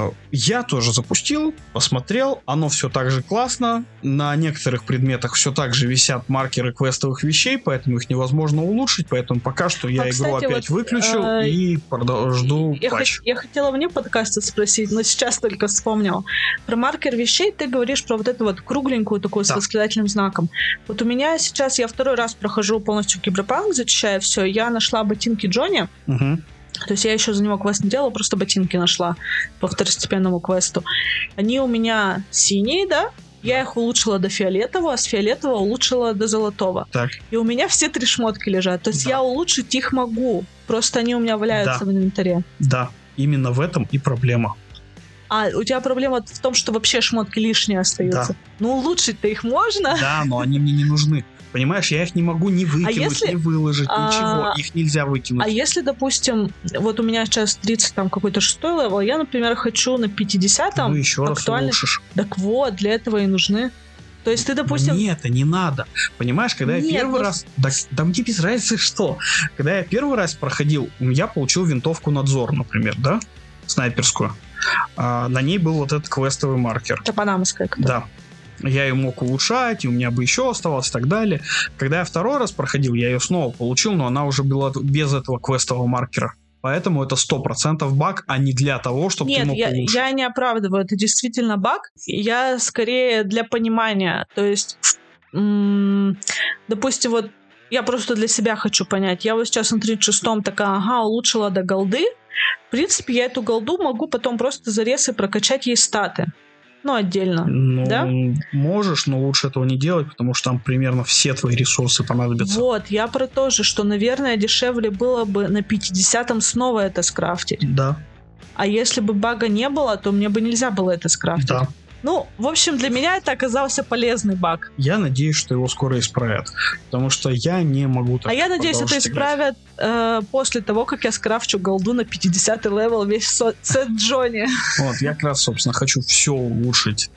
Я тоже запустил, посмотрел, оно все так же классно, на некоторых предметах все так же висят маркеры квестовых вещей, поэтому их невозможно улучшить, поэтому пока что я игру опять выключил и жду патч. Я хотела вне подкаста спросить, но сейчас только вспомнил. Про маркер вещей ты говоришь про вот эту вот кругленькую такую с восклицательным знаком. Вот у меня сейчас, я второй раз прохожу полностью Киберпанк, зачищая все, я нашла ботинки Джонни. Угу. То есть я еще за него квест не делала, просто ботинки нашла по второстепенному квесту. Они у меня синие, да? Я их улучшила до фиолетового, а с фиолетового улучшила до золотого. Так. И у меня все 3 шмотки лежат. То есть я улучшить их могу. Просто они у меня валяются в инвентаре. Да, именно в этом и проблема. У тебя проблема в том, что вообще шмотки лишние остаются. Да. Ну, улучшить-то их можно. Да, но они мне не нужны. Понимаешь, я их не могу ни выкинуть, ни выложить, ничего. Их нельзя выкинуть. А если, допустим, вот у меня сейчас 30 там какой-то 6-й левел, я, например, хочу на 50-м еще раз улучшишь. Так вот, для этого и нужны. То есть ты, допустим... Мне это не надо. Понимаешь, когда я первый раз... Да мне без разницы что. Когда я первый раз проходил, я получил винтовку Надзор, например, да? Снайперскую. На ней был вот этот квестовый маркер. Это панамская. Да. Я ее мог улучшать, и у меня бы еще оставалось и так далее. Когда я второй раз проходил, я ее снова получил, но она уже была без этого квестового маркера. Поэтому это 100% баг, а не для того, чтобы ты мог улучшить. Нет, я не оправдываю. Это действительно баг. Я скорее для понимания. То есть, допустим, вот я просто для себя хочу понять. Я вот сейчас на 36-м такая, улучшила до голды. В принципе, я эту голду могу потом просто зарез и прокачать ей статы. Отдельно. Да? Можешь, но лучше этого не делать, потому что там примерно все твои ресурсы понадобятся. Вот, я про то же, что, наверное, дешевле было бы на 50-м снова это скрафтить. Да. А если бы бага не было, то мне бы нельзя было это скрафтить. Да. В общем, для меня это оказался полезный баг. Я надеюсь, что его скоро исправят, потому что я не могу так. А я надеюсь, это исправят после того, как я скрафчу голду на 50-й левел весь сет Джонни. Вот, я как раз, собственно, хочу все улучшить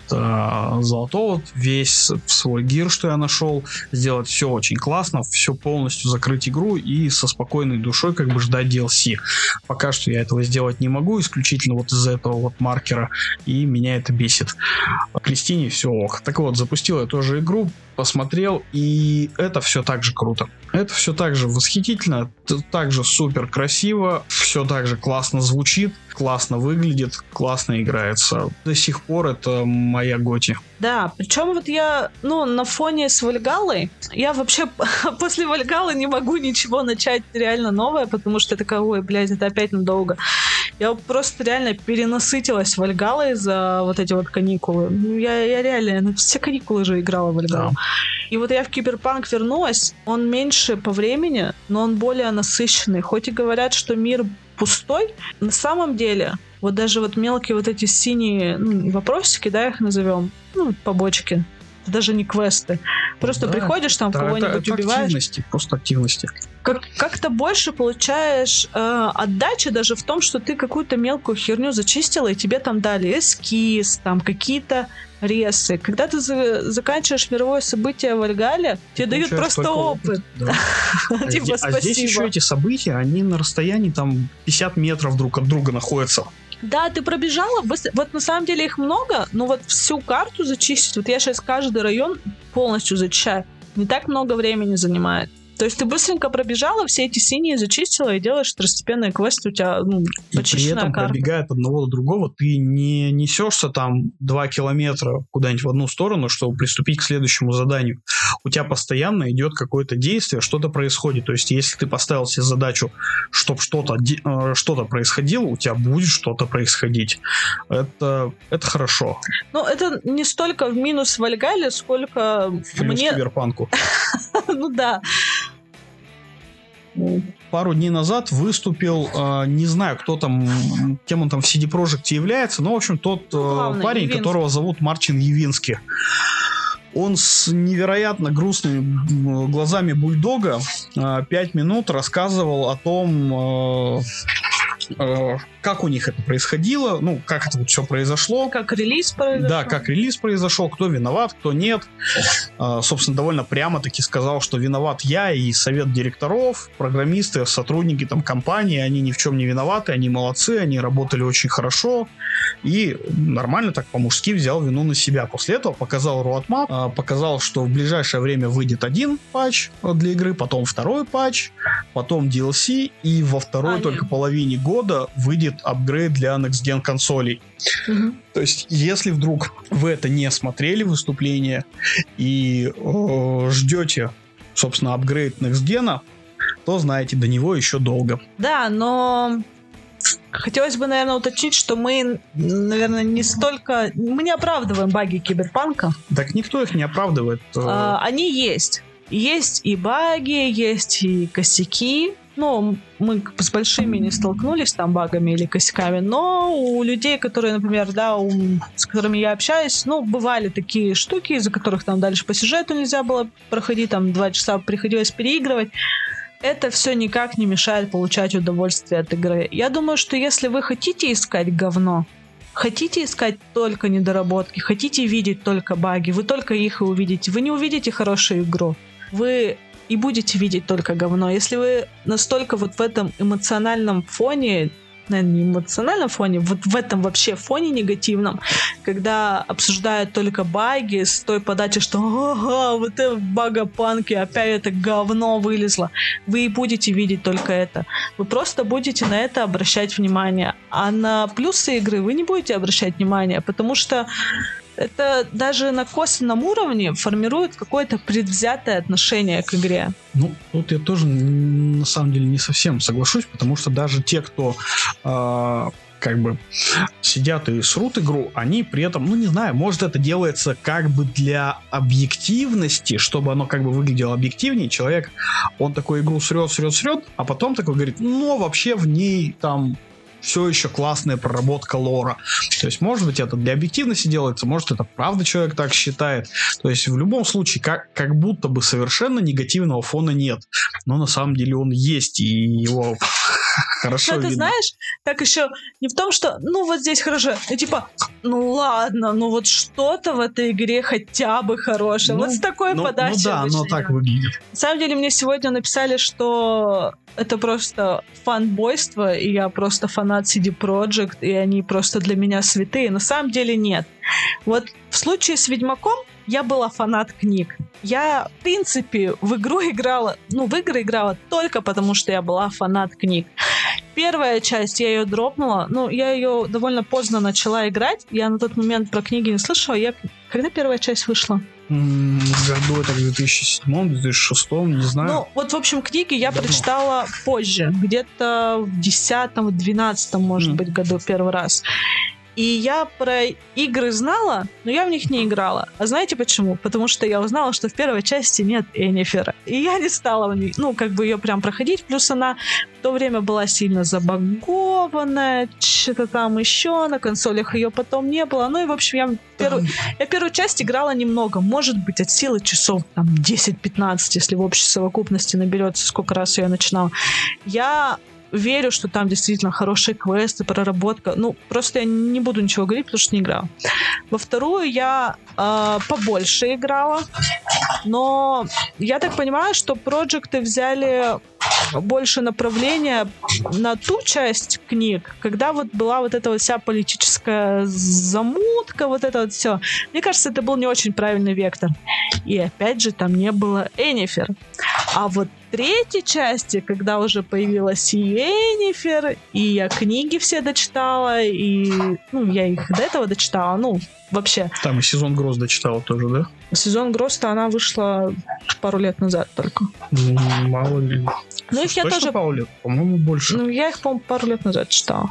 золото, весь свой гир, что я нашел, сделать все очень классно, все полностью закрыть игру и со спокойной душой как бы ждать DLC. Пока что я этого сделать не могу, исключительно вот из-за этого вот маркера, и меня это бесит. Кристине все ок. Так вот, запустил я тоже игру, посмотрел, и это все так же круто. Это все так же восхитительно, так же супер красиво, все так же классно звучит, классно выглядит, классно играется. До сих пор это моя готи. Да, причем вот я, на фоне с Вальгаллой, я вообще после Вальгаллы не могу ничего начать реально новое, потому что я такая, это опять надолго. Я просто реально перенасытилась Вальгаллой за вот эти вот каникулы. Я реально все каникулы же играла в Вальгаллу. Да. И вот я в Киберпанк вернулась, он меньше по времени, но он более насыщенный. Хоть и говорят, что мир пустой, на самом деле, вот даже вот мелкие вот эти синие вопросики, да, их назовем, побочки, это даже не квесты. Просто приходишь там, кого-нибудь это убиваешь. Активности, просто активности. Как-то больше получаешь отдачи даже в том, что ты какую-то мелкую херню зачистила, и тебе там дали эскиз, там какие-то ресы. Когда ты заканчиваешь мировое событие в Вальгалле, тебе дают просто опыт. Да. Типа, а здесь еще эти события, они на расстоянии там 50 метров друг от друга находятся. Да, ты пробежала, вот на самом деле их много, но вот всю карту зачистить, вот я сейчас каждый район полностью зачищаю, не так много времени занимает. То есть ты быстренько пробежала, все эти синие зачистила и делаешь второстепенные квесты, у тебя почищенная карта. И при этом, пробегая от одного до другого, ты не несешься там 2 километра куда-нибудь в одну сторону, чтобы приступить к следующему заданию. У тебя постоянно идет какое-то действие, что-то происходит. То есть если ты поставил себе задачу, чтобы что-то происходило, у тебя будет что-то происходить. Это хорошо. Это не столько в минус Вальгалле, сколько в плюс Киберпанку. Да. Пару дней назад выступил, не знаю, кем он там в CD Projekt является, но, в общем, тот парень, Явинский, которого зовут Марчин Явинский. Он с невероятно грустными глазами бульдога 5 минут рассказывал о том, как у них это происходило, как это вот все произошло. Как релиз произошел. Да, как релиз произошел, кто виноват, кто нет. Собственно, довольно прямо-таки сказал, что виноват я и совет директоров, программисты, сотрудники там компании, они ни в чем не виноваты, они молодцы, они работали очень хорошо и нормально так по-мужски взял вину на себя. После этого показал roadmap, показал, что в ближайшее время выйдет один патч для игры, потом второй патч, потом DLC, и во второй только половине года выйдет апгрейд для Next Gen консолей. Угу. То есть, если вдруг вы это не смотрели выступление и ждете, собственно, апгрейд Next Gen, то знаете, до него еще долго. Да, но хотелось бы, наверное, уточнить, что мы, наверное, мы не оправдываем баги Киберпанка. Так никто их не оправдывает. Они есть. Есть и баги, есть и косяки. Мы с большими не столкнулись там багами или косяками, но у людей, которые, например, с которыми я общаюсь, бывали такие штуки, из-за которых там дальше по сюжету нельзя было проходить, там 2 часа приходилось переигрывать. Это все никак не мешает получать удовольствие от игры. Я думаю, что если вы хотите искать говно, хотите искать только недоработки, хотите видеть только баги, вы только их и увидите. Вы не увидите хорошую игру. Вы и будете видеть только говно. Если вы настолько вот в этом эмоциональном фоне, наверное, не эмоциональном фоне, вот в этом вообще фоне негативном, когда обсуждают только баги с той подачи, что ага, вот это в багапанке опять это говно вылезло. Вы и будете видеть только это. Вы просто будете на это обращать внимание. А на плюсы игры вы не будете обращать внимание, потому что это даже на косвенном уровне формирует какое-то предвзятое отношение к игре. Ну, тут я тоже на самом деле не совсем соглашусь, потому что даже те, кто как бы сидят и срут игру, они при этом, ну не знаю, может это делается как бы для объективности, чтобы оно как бы выглядело объективнее. Человек, он такую игру срет, а потом такой говорит, ну вообще в ней там все еще классная проработка лора. То есть, может быть, это для объективности делается, может, это правда человек так считает. То есть, в любом случае, как будто бы совершенно негативного фона нет. Но на самом деле он есть, и его хорошо видно. Ты знаешь, так еще не в том, что, ну, вот здесь хорошо, и типа, ну, ладно, ну, вот что-то в этой игре хотя бы хорошее. Вот с такой подачей. Ну, да, оно так выглядит. На самом деле, мне сегодня написали, что это просто фанбойство, и я просто фанат CD Projekt, и они просто для меня святые. На самом деле нет. Вот в случае с Ведьмаком я была фанат книг. Я, в принципе, в игры играла только потому, что я была фанат книг. Первая часть, я ее дропнула. Ну, я ее довольно поздно начала играть. Я на тот момент про книги не слышала. Когда первая часть вышла? В году это 2007, 2006, не знаю. Ну, вот, в общем, книги я прочитала позже. Где-то в 10-м, 12-м, может быть, году первый раз. И я про игры знала, но я в них не играла. А знаете почему? Потому что я узнала, что в первой части нет Эннифер. И я не стала ее прям проходить. Плюс она в то время была сильно забагованная, что-то там еще, на консолях ее потом не было. Ну и, в общем, я первую часть играла немного. Может быть, от силы часов там 10-15, если в общей совокупности наберется, сколько раз я начинала. Я верю, что там действительно хорошие квесты, проработка. Ну, просто я не буду ничего говорить, потому что не играла. Во вторую я побольше играла, но я так понимаю, что проекты взяли больше направления на ту часть книг, когда вот была вот эта вот вся политическая замутка, вот это вот все. Мне кажется, это был не очень правильный вектор. И опять же, там не было Эннифер. А вот в третьей части, когда уже появилась и Эннифер, и я книги все дочитала, и я их до этого дочитала, вообще. Там и «Сезон гроз» дочитала тоже, да? «Сезон гроз»-то она вышла пару лет назад только. Мало ли. Ну, их я тоже... пару лет? По-моему, больше. Ну, я их, по-моему, пару лет назад читала.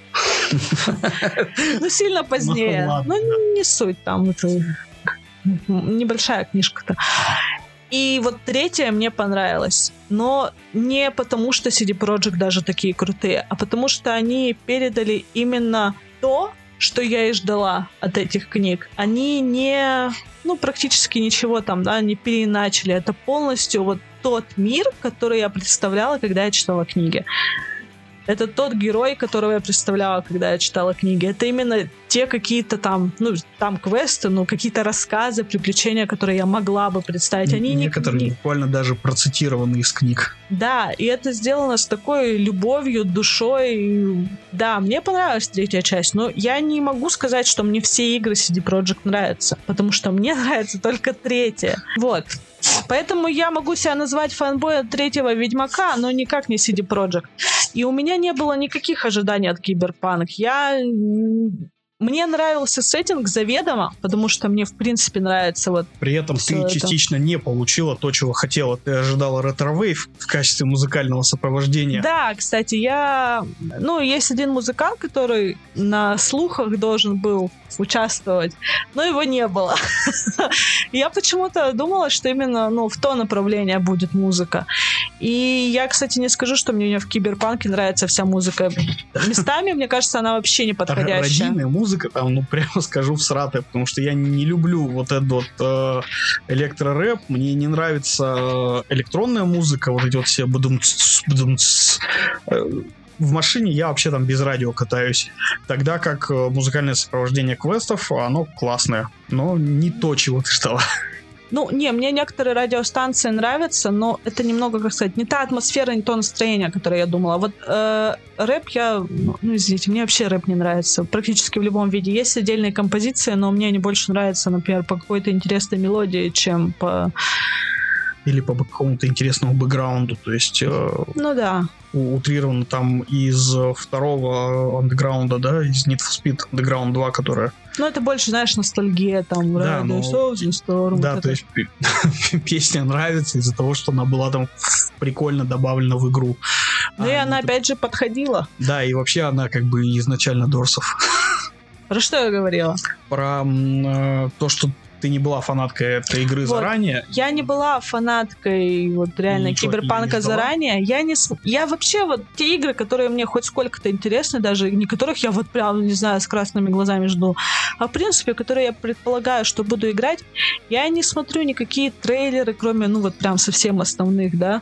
Ну, сильно позднее. Ну, не суть там. Это небольшая книжка-то. И вот третья мне понравилась. Но не потому, что CD Projekt даже такие крутые, а потому что они передали именно то, что я и ждала от этих книг. Они практически ничего там, не переиначили. Это полностью вот тот мир, который я представляла, когда я читала книги. Это тот герой, которого я представляла, когда я читала книги. Это именно те какие-то там квесты, какие-то рассказы, приключения, которые я могла бы представить. Они некоторые буквально даже процитированы из книг. Да, и это сделано с такой любовью, душой. Да, мне понравилась третья часть, но я не могу сказать, что мне все игры CD Projekt нравятся, потому что мне нравится только третья. Вот. Поэтому я могу себя назвать фанбоем третьего Ведьмака, но никак не CD Projekt. И у меня не было никаких ожиданий от Киберпанк. Мне нравился сеттинг заведомо, потому что мне, в принципе, нравится вот... При этом ты частично не получила то, чего хотела. Ты ожидала ретро-вейв в качестве музыкального сопровождения. Да, кстати, есть один музыкант, который на слухах должен был участвовать, но его не было. Я почему-то думала, что именно в то направление будет музыка. И я, кстати, не скажу, что мне в Киберпанке нравится вся музыка. Местами, мне кажется, она вообще не подходящая. Родийная музыка там, прямо скажу, всратая, потому что я не люблю вот этот вот электро-рэп, мне не нравится электронная музыка, вот эти вот все в машине я вообще там без радио катаюсь. Тогда как музыкальное сопровождение квестов, оно классное, но не то, чего ты ждала. Ну, не, мне некоторые радиостанции нравятся, но это немного, как сказать, не та атмосфера, не то настроение, которое я думала. Вот рэп извините, мне вообще рэп не нравится практически в любом виде. Есть отдельные композиции, но мне они больше нравятся, например, по какой-то интересной мелодии, чем по... Или по какому-то интересному бэкграунду, то есть... Ну да. Утрировано там из второго андеграунда, да, из Need for Speed Underground 2, которая... Ну, это больше, знаешь, ностальгия, там, да, Radio Souls, Storm. Да, вот то есть песня нравится из-за того, что она была там прикольно добавлена в игру. Ну, и она, опять же, подходила. Да, и вообще она как бы изначально Дорсов. Про что я говорила? Про то, что ты не была фанаткой этой игры заранее. Я не была фанаткой вот реально Киберпанка заранее. Я вообще вот те игры, которые мне хоть сколько-то интересны, даже не которых я вот прям, не знаю, с красными глазами жду, а в принципе, которые я предполагаю, что буду играть, я не смотрю никакие трейлеры, кроме, ну вот прям совсем основных, да,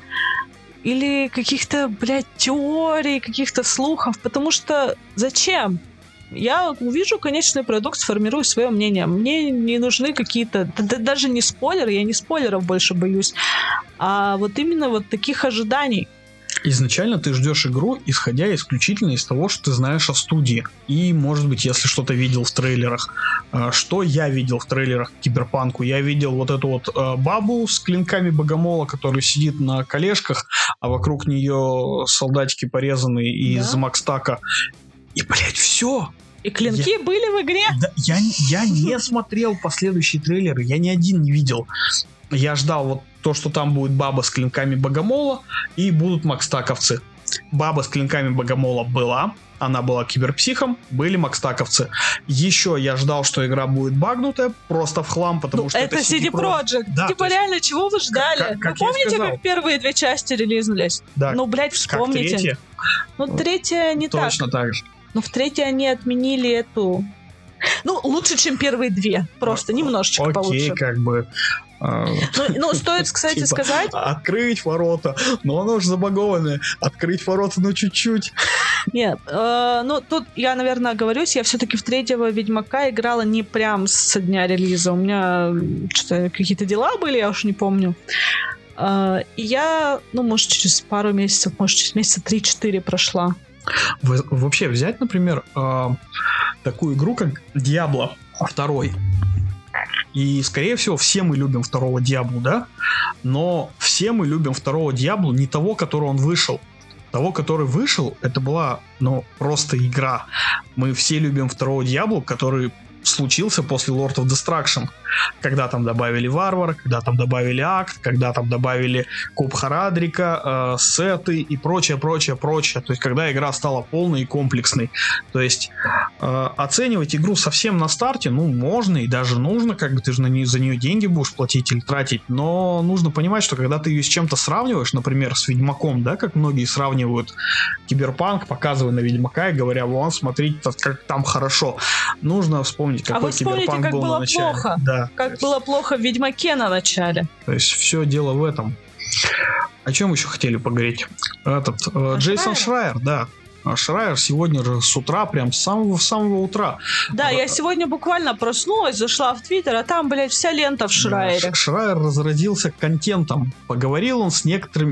или каких-то, блядь, теорий, каких-то слухов, потому что зачем? Я увижу конечный продукт, сформирую свое мнение. Мне не нужны какие-то... Даже не спойлеры, я не спойлеров больше боюсь, а вот именно вот таких ожиданий. Изначально ты ждешь игру, исходя исключительно из того, что ты знаешь о студии. И, может быть, если что-то видел в трейлерах. Что я видел в трейлерах к Киберпанку? Я видел вот эту вот бабу с клинками богомола, которая сидит на колешках, а вокруг нее солдатики порезанные из Макстака. И, блядь, все. И клинки были в игре? Да, я не смотрел последующие трейлеры, я ни один не видел. Я ждал вот то, что там будет баба с клинками богомола и будут макстаковцы. Баба с клинками богомола была, она была киберпсихом, были макстаковцы. Еще я ждал, что игра будет багнутая, просто в хлам, потому что это CD Projekt. Да, типа реально, чего вы ждали? Как вы помните, как первые 2 части релизнулись? Да. Ну, блядь, вспомните. Как третья? Ну, третья не так. Точно так же. Но в третьей они отменили эту... Ну, лучше, чем первые 2. Просто немножечко получше. Окей, как бы... Ну, стоит, кстати, сказать... Открыть ворота, но оно же забагованное. Открыть ворота, ну, чуть-чуть. Нет, ну, тут я, наверное, оговорюсь, я все-таки в 3-го Ведьмака играла не прям со дня релиза. У меня что-то какие-то дела были, я уж не помню. И я, ну, может, через пару месяцев, может, через месяца 3-4 прошла. Вообще взять, например, такую игру, как Diablo 2. И, скорее всего, все мы любим второго Diablo, да? Но все мы любим второго Diablo не того, который он вышел. Того, который вышел, это была, ну, просто игра. Мы все любим второго Diablo, который случился после Lord of Destruction, когда там добавили варвара, когда там добавили акт, когда там добавили куб Харадрика, сеты и прочее. То есть когда игра стала полной и комплексной. То есть оценивать игру совсем на старте, ну, можно и даже нужно, как бы ты же за нее деньги будешь платить или тратить, но нужно понимать, что когда ты ее с чем-то сравниваешь, например, с Ведьмаком, да, как многие сравнивают Киберпанк, показывая на Ведьмака и говоря, вон, смотрите, как там хорошо. Нужно вспомнить, какой Киберпанк был на начале. Плохо. Да. Как было плохо в Ведьмаке на начале. То есть все дело в этом. О чем еще хотели поговорить? Джейсон Шрайер, да. Шрайер сегодня же с утра, прям с самого утра. Да, я сегодня буквально проснулась, зашла в Твиттер, а там, блядь, вся лента в Шрайере. Да, Шрайер разразился контентом. Поговорил он с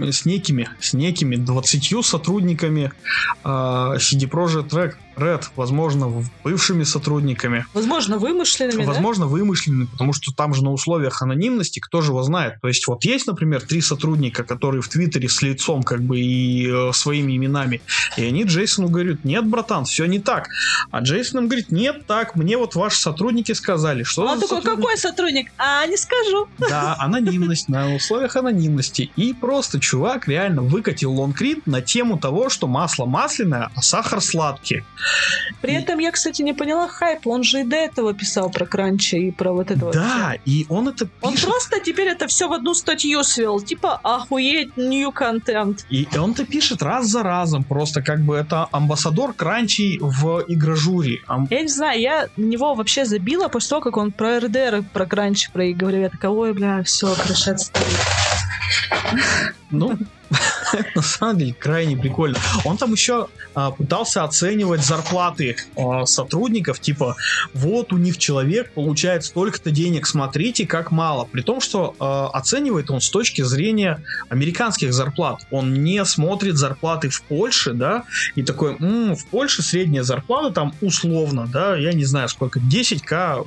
некими 20 сотрудниками CD Projekt Red, возможно, бывшими сотрудниками. Возможно, вымышленными, Возможно, вымышленными, потому что там же на условиях анонимности, кто же его знает. То есть вот есть, например, 3 сотрудника, которые в Твиттере с лицом как бы и своими именами, и они Джейсону говорят, нет, братан, все не так. А Джейсон им говорит, нет, так, мне вот ваши сотрудники сказали. Что он такой, сотрудник? Какой сотрудник? Не скажу. Да, анонимность, на условиях анонимности. И просто чувак реально выкатил лонгрид на тему того, что масло масляное, а сахар сладкий. При этом я, кстати, не поняла хайпа. Он же и до этого писал про кранчи и про вот это. Да, вот и он это пишет. Он просто теперь это все в одну статью свел. Типа, охуеть, new content. И он-то пишет раз за разом. Просто как бы это амбассадор кранчей в игражуре. Я не знаю, я на него вообще забила после того, как он про РДР, про кранчи проговорил. Я такая, ой, бля, все, крышец стоит. Ну... На самом деле крайне прикольно. Он там еще пытался оценивать зарплаты сотрудников, типа, вот у них человек получает столько-то денег, смотрите, как мало. При том, что оценивает он с точки зрения американских зарплат. Он не смотрит зарплаты в Польше, да, и такой, в Польше средняя зарплата там условно, да, я не знаю сколько, 10к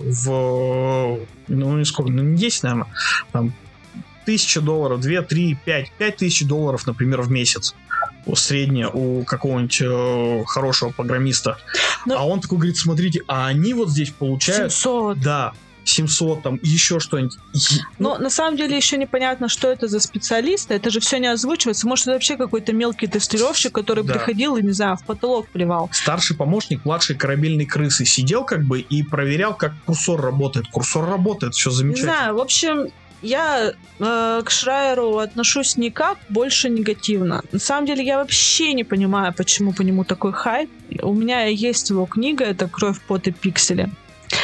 не сколько, не 10, наверное, там $1000, 2, 3, 5 тысяч долларов, например, в месяц. Средняя у какого-нибудь хорошего программиста. А он такой говорит, смотрите, а они вот здесь получают... 700. Да, 700, там, еще что-нибудь. Но на самом деле еще непонятно, что это за специалисты. Это же все не озвучивается. Может, это вообще какой-то мелкий тестировщик, который приходил и, не знаю, в потолок плевал. Старший помощник младшей корабельной крысы сидел как бы и проверял, как курсор работает. Курсор работает, все замечательно. Не знаю, в общем... Я к Шрайеру отношусь никак, больше негативно. На самом деле я вообще не понимаю, почему по нему такой хайп. У меня есть его книга, это «Кровь, пот и пиксели».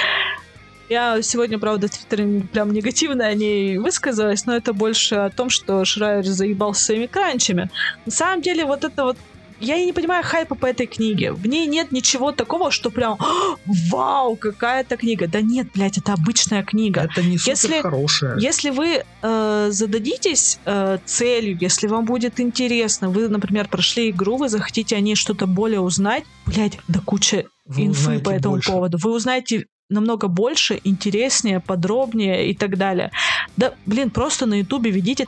Я сегодня, правда, в Твиттере прям негативно о ней высказалась, но это больше о том, что Шрайер заебался своими кранчами. На самом деле вот это вот я и не понимаю хайпа по этой книге. В ней нет ничего такого, что прям вау, какая-то книга. Да нет, блядь, это обычная книга. Это не супер хорошая. Если вы зададитесь целью, если вам будет интересно, вы, например, прошли игру, вы захотите о ней что-то более узнать, блядь, да куча инфы по этому поводу. Вы узнаете намного больше, интереснее, подробнее и так далее. Да, блин, просто на Ютубе ведите...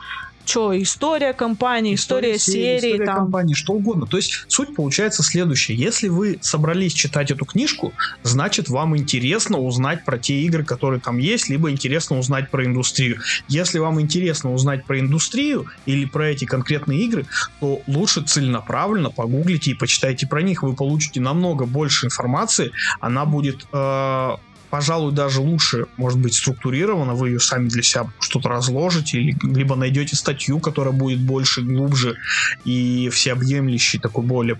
история компании, история серии, история компании, что угодно. То есть суть получается следующая. Если вы собрались читать эту книжку, значит вам интересно узнать про те игры, которые там есть, либо интересно узнать про индустрию. Если вам интересно узнать про индустрию или про эти конкретные игры, то лучше целенаправленно погуглите и почитайте про них. Вы получите намного больше информации. Она будет... пожалуй, даже лучше, может быть, структурировано, вы ее сами для себя что-то разложите, либо найдете статью, которая будет больше, глубже и всеобъемлющей, такой более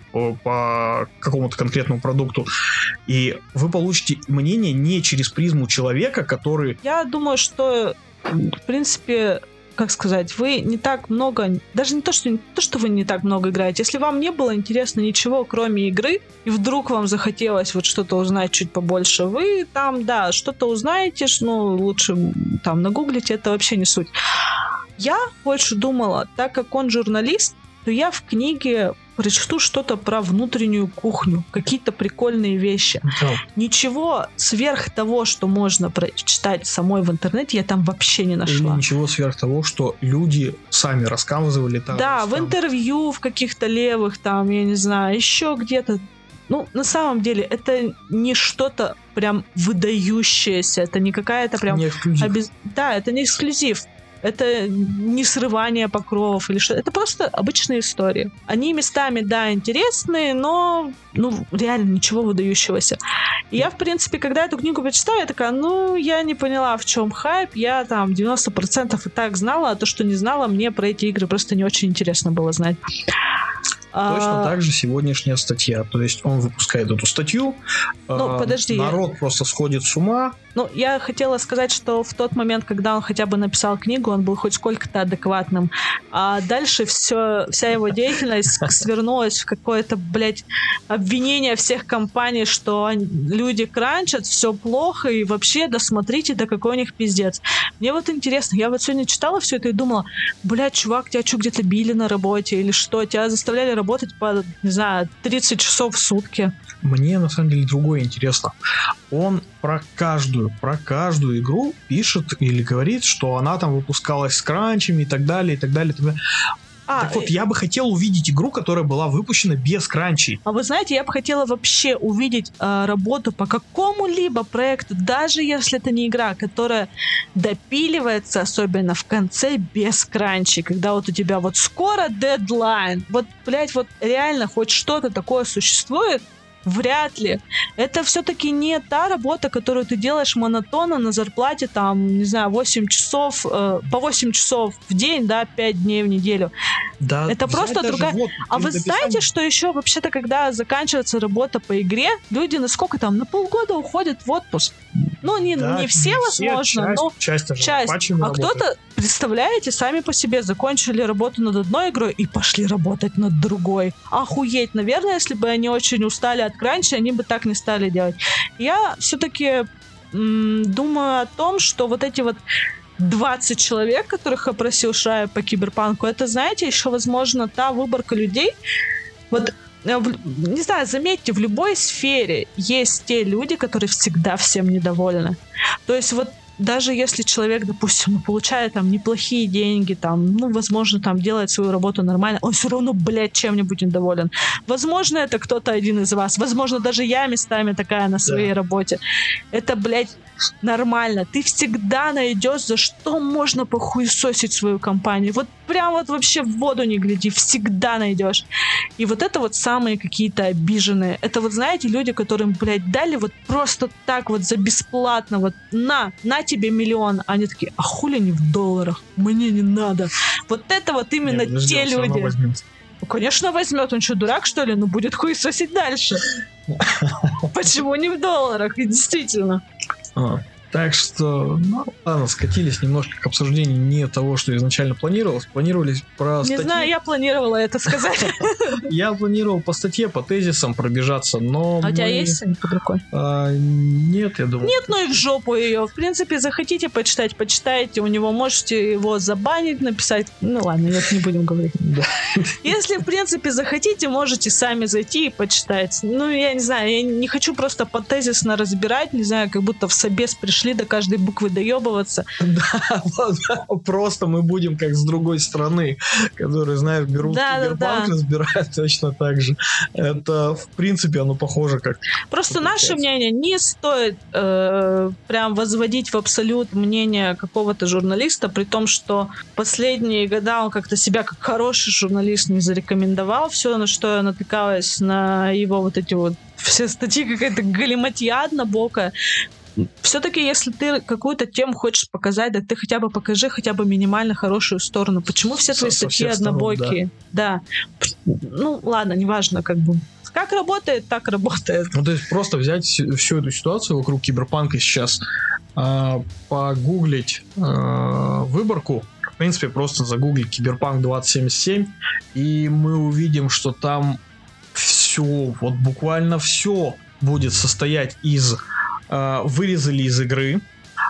по какому-то конкретному продукту. И вы получите мнение не через призму человека, который... Я думаю, что, в принципе... Как сказать, вы не так много, даже не то, что вы не так много играете. Если вам не было интересно ничего, кроме игры, и вдруг вам захотелось вот что-то узнать чуть побольше, вы там, да, что-то узнаете, ну, лучше там нагуглите, это вообще не суть. Я больше думала, так как он журналист, то я в книге прочту что-то про внутреннюю кухню, какие-то прикольные вещи. Да. Ничего сверх того, что можно прочитать самой в интернете, я там вообще не нашла. Или ничего сверх того, что люди сами рассказывали там. Да, в интервью, в каких-то левых там, я не знаю, еще где-то. Ну, на самом деле, это не что-то прям выдающееся, это не какая-то прям... Не эксклюзив. Да, это не эксклюзив. Это не срывание покровов или что. Это просто обычные истории. Они местами, да, интересные, но, ну, реально ничего выдающегося. И я, в принципе, когда эту книгу прочитала, я такая, ну, я не поняла, в чем хайп. Я там 90% и так знала, а то, что не знала, мне про эти игры просто не очень интересно было знать. Точно так же сегодняшняя статья. То есть он выпускает эту статью, подожди, народ просто сходит с ума. Ну, я хотела сказать, что в тот момент, когда он хотя бы написал книгу, он был хоть сколько-то адекватным. А дальше вся его деятельность свернулась в какое-то, блядь, обвинение всех компаний, что люди кранчат, все плохо, и вообще, да смотрите, да какой у них пиздец. Мне вот интересно, я вот сегодня читала все это и думала, блядь, чувак, тебя что, где-то били на работе или что? Тебя заставляли работать по, не знаю, 30 часов в сутки? Мне, на самом деле, другое интересно. Он про каждую игру пишет или говорит, что она там выпускалась с кранчами и так далее, и так далее, и так далее. Так вот, я бы хотел увидеть игру, которая была выпущена без кранчей. А вы знаете, я бы хотела вообще увидеть работу по какому-либо проекту, даже если это не игра, которая допиливается, особенно в конце, без кранчей, когда вот у тебя вот скоро дедлайн. Вот, блядь, вот реально хоть что-то такое существует? Вряд ли. Это все-таки не та работа, которую ты делаешь монотонно на зарплате, там, не знаю, 8 часов, по 8 часов в день, да, 5 дней в неделю. Да, это просто другая... Вот, а вы знаете, что еще вообще-то, когда заканчивается работа по игре, люди на сколько там, на полгода уходят в отпуск. Ну, не все, возможно, но часть. А кто-то, представляете, сами по себе закончили работу над одной игрой и пошли работать над другой. Охуеть. Наверное, если бы они очень устали от кранча, они бы так не стали делать. Я все-таки думаю о том, что вот эти вот 20 человек, которых опросил Шрайер по Киберпанку, это, знаете, еще, возможно, та выборка людей. Вот, не знаю, заметьте, в любой сфере есть те люди, которые всегда всем недовольны. То есть вот даже если человек, допустим, получает там неплохие деньги, там, ну, возможно, там делает свою работу нормально, он все равно, блядь, чем-нибудь недоволен. Возможно, это кто-то один из вас. Возможно, даже я местами такая на своей работе. Это, блядь, нормально. Ты всегда найдешь, за что можно похуесосить свою компанию. Вот прям вот вообще в воду не гляди. Всегда найдешь. И вот это вот самые какие-то обиженные. Это вот, знаете, люди, которым, блядь, дали вот просто так вот за бесплатно. Вот на тебе миллион. Они такие, а хули не в долларах? Мне не надо. Вот это вот именно те люди. Ну, конечно, возьмет. Он что, дурак, что ли? Ну, будет хуесосить дальше. Почему не в долларах? И действительно. Так что, ну, ладно, скатились немножко к обсуждению не того, что изначально планировалось. Планировались про статьи. Не знаю, я планировала это сказать. Я планировал по статье, по тезисам пробежаться, но... А у тебя есть что-нибудь под рукой? Нет, я думаю. Нет, ну и в жопу ее. В принципе, захотите почитать, почитайте. У него можете его забанить, написать. Ну ладно, это не будем говорить. Если, в принципе, захотите, можете сами зайти и почитать. Ну, я не знаю, я не хочу просто потезисно разбирать, не знаю, как будто в собес пришли до каждой буквы доебываться. Да, просто мы будем как с другой стороны, которые, знаешь, берут Киберпанк, разбирают точно так же. Это, в принципе, оно похоже как... Просто наше мнение не стоит прям возводить в абсолют мнение какого-то журналиста, при том, что последние года он как-то себя как хороший журналист не зарекомендовал. Все, на что я натыкалась, на его вот эти вот все статьи, какая-то галиматья однобокая. Все-таки, если ты какую-то тему хочешь показать, да ты хотя бы покажи хотя бы минимально хорошую сторону. Почему все твои статьи однобокие? Да. Ну, ладно, неважно, как бы. Как работает, так работает. Ну, то есть просто взять всю эту ситуацию вокруг Киберпанка сейчас, погуглить выборку, в принципе, просто загуглить Киберпанк 2077, и мы увидим, что там все, вот буквально все будет состоять из... Вырезали из игры,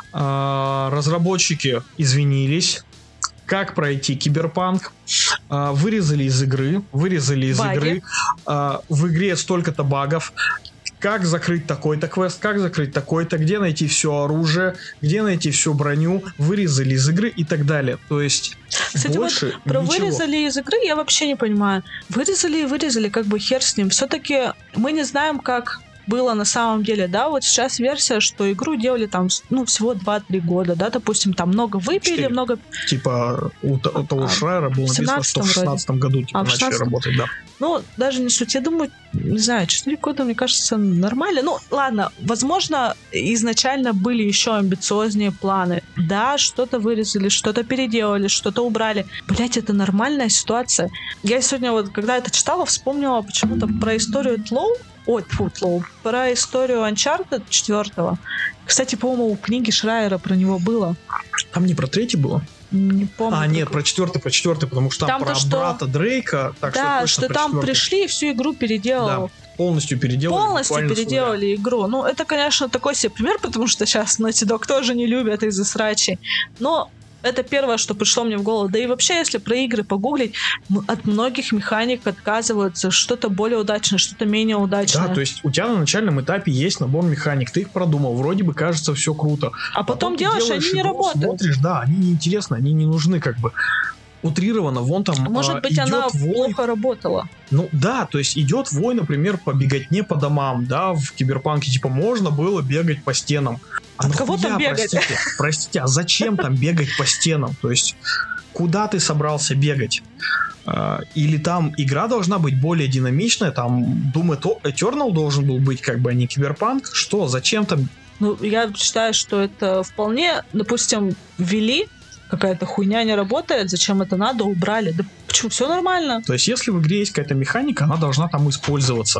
разработчики извинились, как пройти Киберпанк, вырезали из игры, в игре столько-то багов, как закрыть такой-то квест, как закрыть такой-то, где найти все оружие, где найти всю броню, вырезали из игры и так далее. То есть кстати, больше вот про ничего. Вырезали из игры я вообще не понимаю. Вырезали, как бы хер с ним. Все-таки мы не знаем, как было на самом деле, да, вот сейчас версия, что игру делали там, ну, всего 2-3 года, да, допустим, там много выпили, 4. много... Типа у того Шрайера было написано, что в 16 году типа, начали работать, да. Ну, даже не суть, я думаю, не знаю, 4 года, мне кажется, нормально. Ну, ладно, возможно, изначально были еще амбициознее планы. Да, что-то вырезали, что-то переделали, что-то убрали. Блять, это нормальная ситуация. Я сегодня вот, когда это читала, вспомнила почему-то про историю Тлоу, про историю Uncharted 4. Кстати, по-моему, у книги Шрайера про него было. Там не про 3 было? Не помню. Нет, про 4, потому что там про брата Дрейка. Так да, что там 4. Пришли и всю игру переделали. Да, полностью переделали игру. Ну, это, конечно, такой себе пример, потому что сейчас Naughty Dog тоже не любят из-за срачей. Но это первое, что пришло мне в голову. Да и вообще, если про игры погуглить, от многих механик отказываются. Что-то более удачное, что-то менее удачное. Да, то есть у тебя на начальном этапе есть набор механик, ты их продумал, вроде бы кажется все круто. А потом делаешь, они не работают. Смотришь, да, они неинтересны, они не нужны как бы. Утрированно, вон там может быть, она плохо работала. Ну да, то есть идет вой, например, по беготне по домам, да, в Киберпанке, типа, можно было бегать по стенам. А кого там бегать? Простите, а зачем там бегать по стенам? То есть, куда ты собрался бегать? Или там игра должна быть более динамичная, там Doom Eternal должен был быть, как бы, а не Киберпанк? Что, зачем там? Ну, я считаю, что это вполне, допустим, ввели, какая-то хуйня не работает, зачем это надо, убрали. Да почему? Все нормально. То есть, если в игре есть какая-то механика, она должна там использоваться.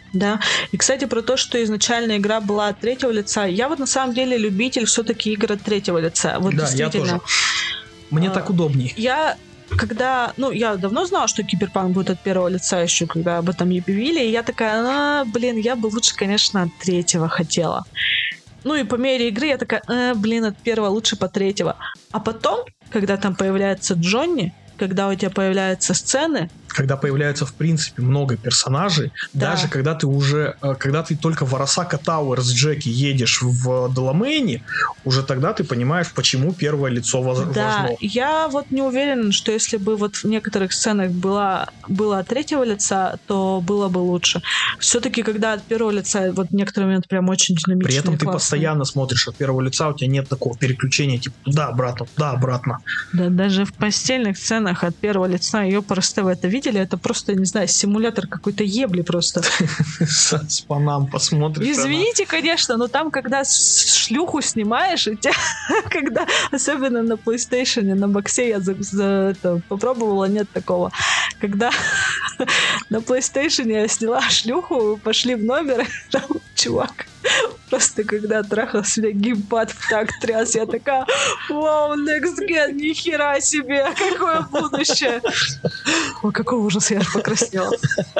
Да. И, кстати, про то, что изначально игра была от третьего лица. Я вот на самом деле любитель все-таки игр от третьего лица. Вот да, действительно. я тоже. Мне так удобней. Я давно знала, что Киберпанк будет от первого лица еще, когда об этом объявили, и я такая, я бы лучше, конечно, от третьего хотела. Ну и по мере игры я такая, от первого лучше по третьего. А потом, когда там появляется Джонни, когда у тебя появляются сцены, когда появляется, в принципе, много персонажей, да. Даже когда ты только в Арасака Тауэр с Джеки едешь в Деламейне, уже тогда ты понимаешь, почему первое лицо важно. Да, я вот не уверена, что если бы вот в некоторых сценах было от третьего лица, то было бы лучше. Все-таки, когда от первого лица, вот в некоторый момент прям очень динамично. При этом ты постоянно смотришь от первого лица, у тебя нет такого переключения, типа туда-обратно, туда-обратно. Да, даже в постельных сценах от первого лица, ее просто вы это видели, это просто, не знаю, симулятор какой-то ебли просто. С панам посмотришь. Извините, конечно, но там, когда шлюху снимаешь, у тебя, когда, особенно на PlayStation, на боксе я попробовала, нет такого. Когда на PlayStation я сняла шлюху, пошли в номер, там чувак просто когда трахал себя, геймпад в так тряс, я такая, вау, Next Gen, нихера себе, какое будущее. Ой, какой ужас, я аж покраснела.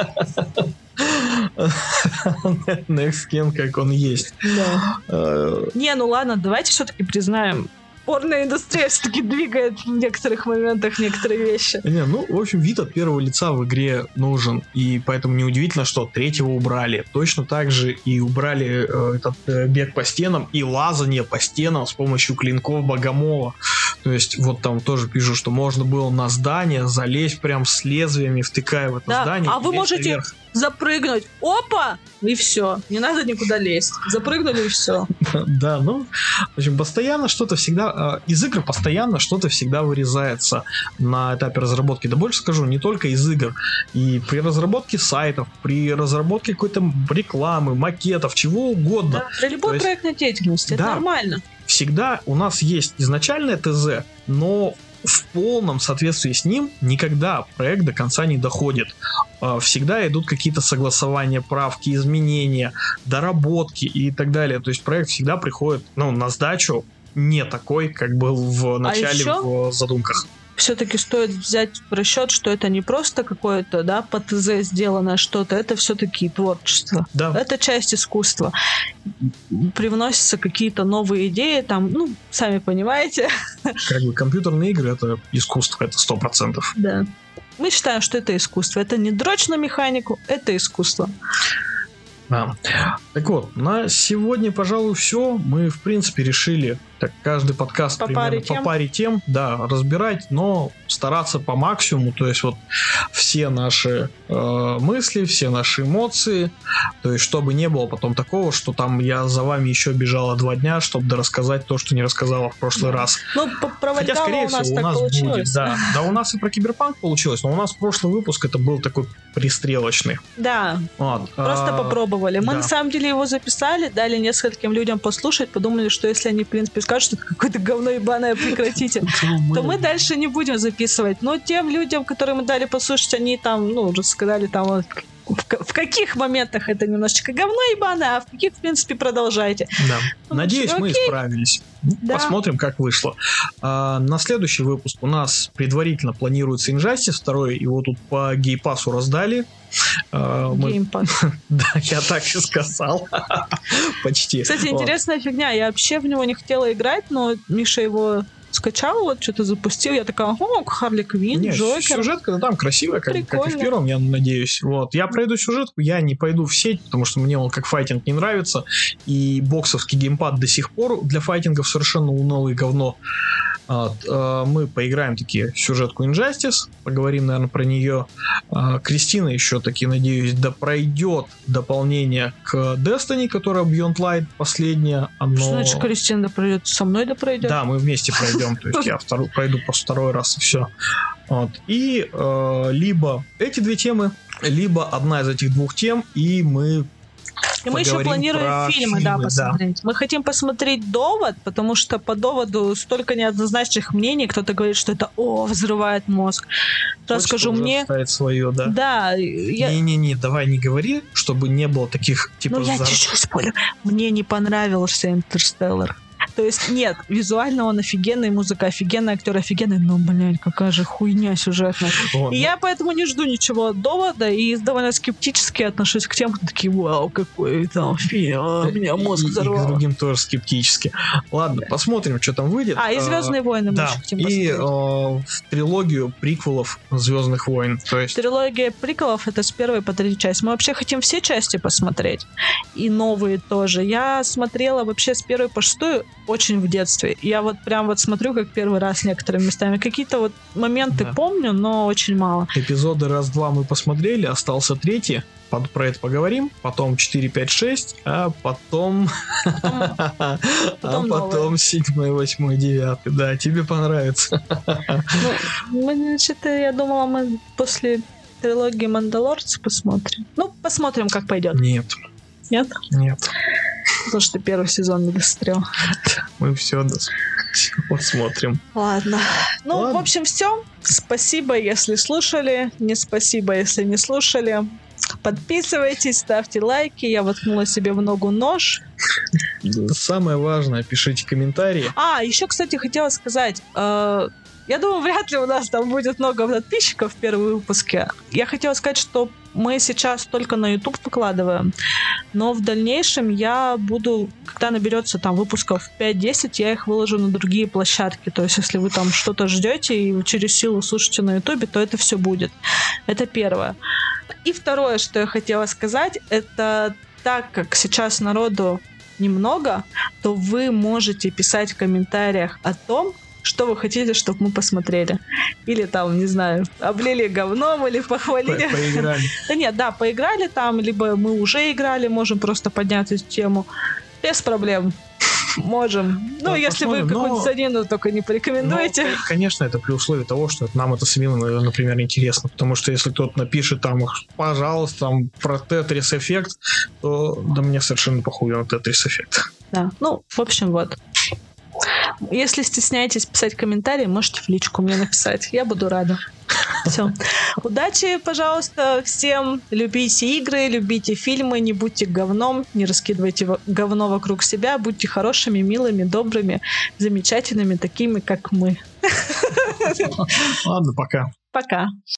Next Gen, как он есть. Да. Не, ну ладно, давайте все-таки признаем, порноиндустрия все-таки двигает в некоторых моментах некоторые вещи. В общем, вид от первого лица в игре нужен, и поэтому неудивительно, что третьего убрали. Точно так же и убрали этот бег по стенам и лазание по стенам с помощью клинков Богомола. То есть вот там тоже пишут, что можно было на здание залезть прям с лезвиями, втыкая в это здание. А вы можете запрыгнуть. Опа! И все. Не надо никуда лезть. Запрыгнули и все. Да, в общем, постоянно что-то всегда... Из игр постоянно что-то всегда вырезается на этапе разработки. Да больше скажу, не только из игр. И при разработке сайтов, при разработке какой-то рекламы, макетов, чего угодно. Да, при любой проектной деятельности. Это нормально. Всегда у нас есть изначальное ТЗ, но в полном соответствии с ним никогда проект до конца не доходит. Всегда идут какие-то согласования, правки, изменения, доработки и так далее. То есть проект всегда приходит на сдачу не такой, как был в начале в задумках. Все-таки стоит взять в расчет, что это не просто какое-то, по ТЗ сделанное что-то, это все-таки творчество. Да. Это часть искусства. Привносятся какие-то новые идеи, сами понимаете. Компьютерные игры — это искусство, это 100%. Да. Мы считаем, что это искусство. Это не дрочь на механику, это искусство. Да. Так вот, на сегодня, пожалуй, все. Мы, в принципе, решили каждый подкаст по паре тем, разбирать, но стараться по максимуму. То есть вот все наши мысли, все наши эмоции. То есть чтобы не было потом такого, что там я за вами еще бежала 2 дня, чтобы дорассказать то, что не рассказала в прошлый раз. Хотя, скорее всего, у нас будет. Да, у нас и про Киберпанк получилось, но у нас прошлый выпуск это был такой пристрелочный. Да, просто попробовали. Мы на самом деле его записали, дали нескольким людям послушать, подумали, что если они, в принципе, скажут, что это какое-то говно ебаное, прекратите, то мы дальше не будем записывать. Но тем людям, которым мы дали послушать, они там, уже сказали там, в каких моментах это немножечко говно ебаное, а в каких, в принципе, продолжайте. Да. Надеюсь, мы исправились. Да. Посмотрим, как вышло. На следующий выпуск у нас предварительно планируется Injustice 2, его тут по гейпассу раздали. Геймпад. Да, я так и сказал. Почти. Кстати, интересная фигня. Я вообще в него не хотела играть, но Миша его скачал, что-то запустил. Я такая, Харли Квинн, Джокер. Сюжетка там красивая, как и в первом, я надеюсь. Я пройду сюжетку, я не пойду в сеть, потому что мне он как файтинг не нравится. И боксовский геймпад до сих пор для файтингов совершенно унылое говно. Мы поиграем таки в сюжетку Injustice, поговорим, наверное, про нее. Кристина еще таки, надеюсь, пройдет дополнение к Destiny, которая Beyond Light последняя. Что значит Кристина пройдет? Со мной пройдет? Да, мы вместе пройдем, то есть я пройду просто 2 раз и все. И либо эти 2 темы, либо одна из этих 2 тем, и мы И мы еще поговорим планируем про фильмы, да, посмотреть. Мы хотим посмотреть «Довод», потому что по «Доводу» столько неоднозначных мнений. Кто-то говорит, что это взрывает мозг. Сразу скажу, мне... свое, да? Да. Не-не-не, давай не говори, чтобы не было таких, типа... Ну, я чуть-чуть спорю. Мне не понравился «Интерстеллар». То есть, нет, визуально он офигенный, музыка офигенная, актер офигенный, но, блядь, какая же хуйня сюжетная. И я поэтому не жду ничего от «Довода» и довольно скептически отношусь к тем, кто такие, вау, какой там фильм, меня мозг взорвал. И к другим тоже скептически. Ладно, посмотрим, что там выйдет. И «Звездные войны» мы еще хотим посмотреть. И в трилогию приквелов «Звездных войн». То есть... Трилогия приквелов — это с 1 по 3 часть. Мы вообще хотим все части посмотреть. И новые тоже. Я смотрела вообще с 1 по 6 очень в детстве. Я вот прям вот смотрю, как первый раз некоторыми местами. Какие-то вот моменты помню, но очень мало. Эпизоды раз-два мы посмотрели, остался 3. Про это поговорим. Потом 4, 5, 6, а потом 7, 8, 9. Да, тебе понравится. Значит, я думала, мы после трилогии «Мандалорца» посмотрим. Ну, посмотрим, как пойдет. Нет. Нет? Нет. Потому что первый сезон не досмотрел. Мы все смотрим. Ладно. В общем, все. Спасибо, если слушали. Не спасибо, если не слушали. Подписывайтесь, ставьте лайки. Я воткнула себе в ногу нож. Самое важное, пишите комментарии. Еще, кстати, хотела сказать... Я думаю, вряд ли у нас там будет много подписчиков в первом выпуске. Я хотела сказать, что мы сейчас только на YouTube выкладываем, но в дальнейшем я буду, когда наберется там выпусков 5-10, я их выложу на другие площадки. То есть, если вы там что-то ждете и через силу слушаете на YouTube, то это все будет. Это первое. И второе, что я хотела сказать, это так как сейчас народу немного, то вы можете писать в комментариях о том, что вы хотите, чтобы мы посмотрели. Или там, не знаю, облили говном, или похвалили. Поиграли. Да нет, да, поиграли там, либо мы уже играли, можем просто поднять эту тему. Без проблем. Можем. Если вы какую-нибудь санину только не порекомендуете. Конечно, это при условии того, что нам это самим, например, интересно. Потому что если кто-то напишет там, пожалуйста, там про Tetris эффект, то да мне совершенно похуй на Tetris эффект. Да, в общем, вот. Если стесняетесь писать комментарии, можете в личку мне написать. Я буду рада. Все. Удачи, пожалуйста, всем. Любите игры, любите фильмы, не будьте говном, не раскидывайте говно вокруг себя, будьте хорошими, милыми, добрыми, замечательными, такими, как мы. Ладно, пока. Пока.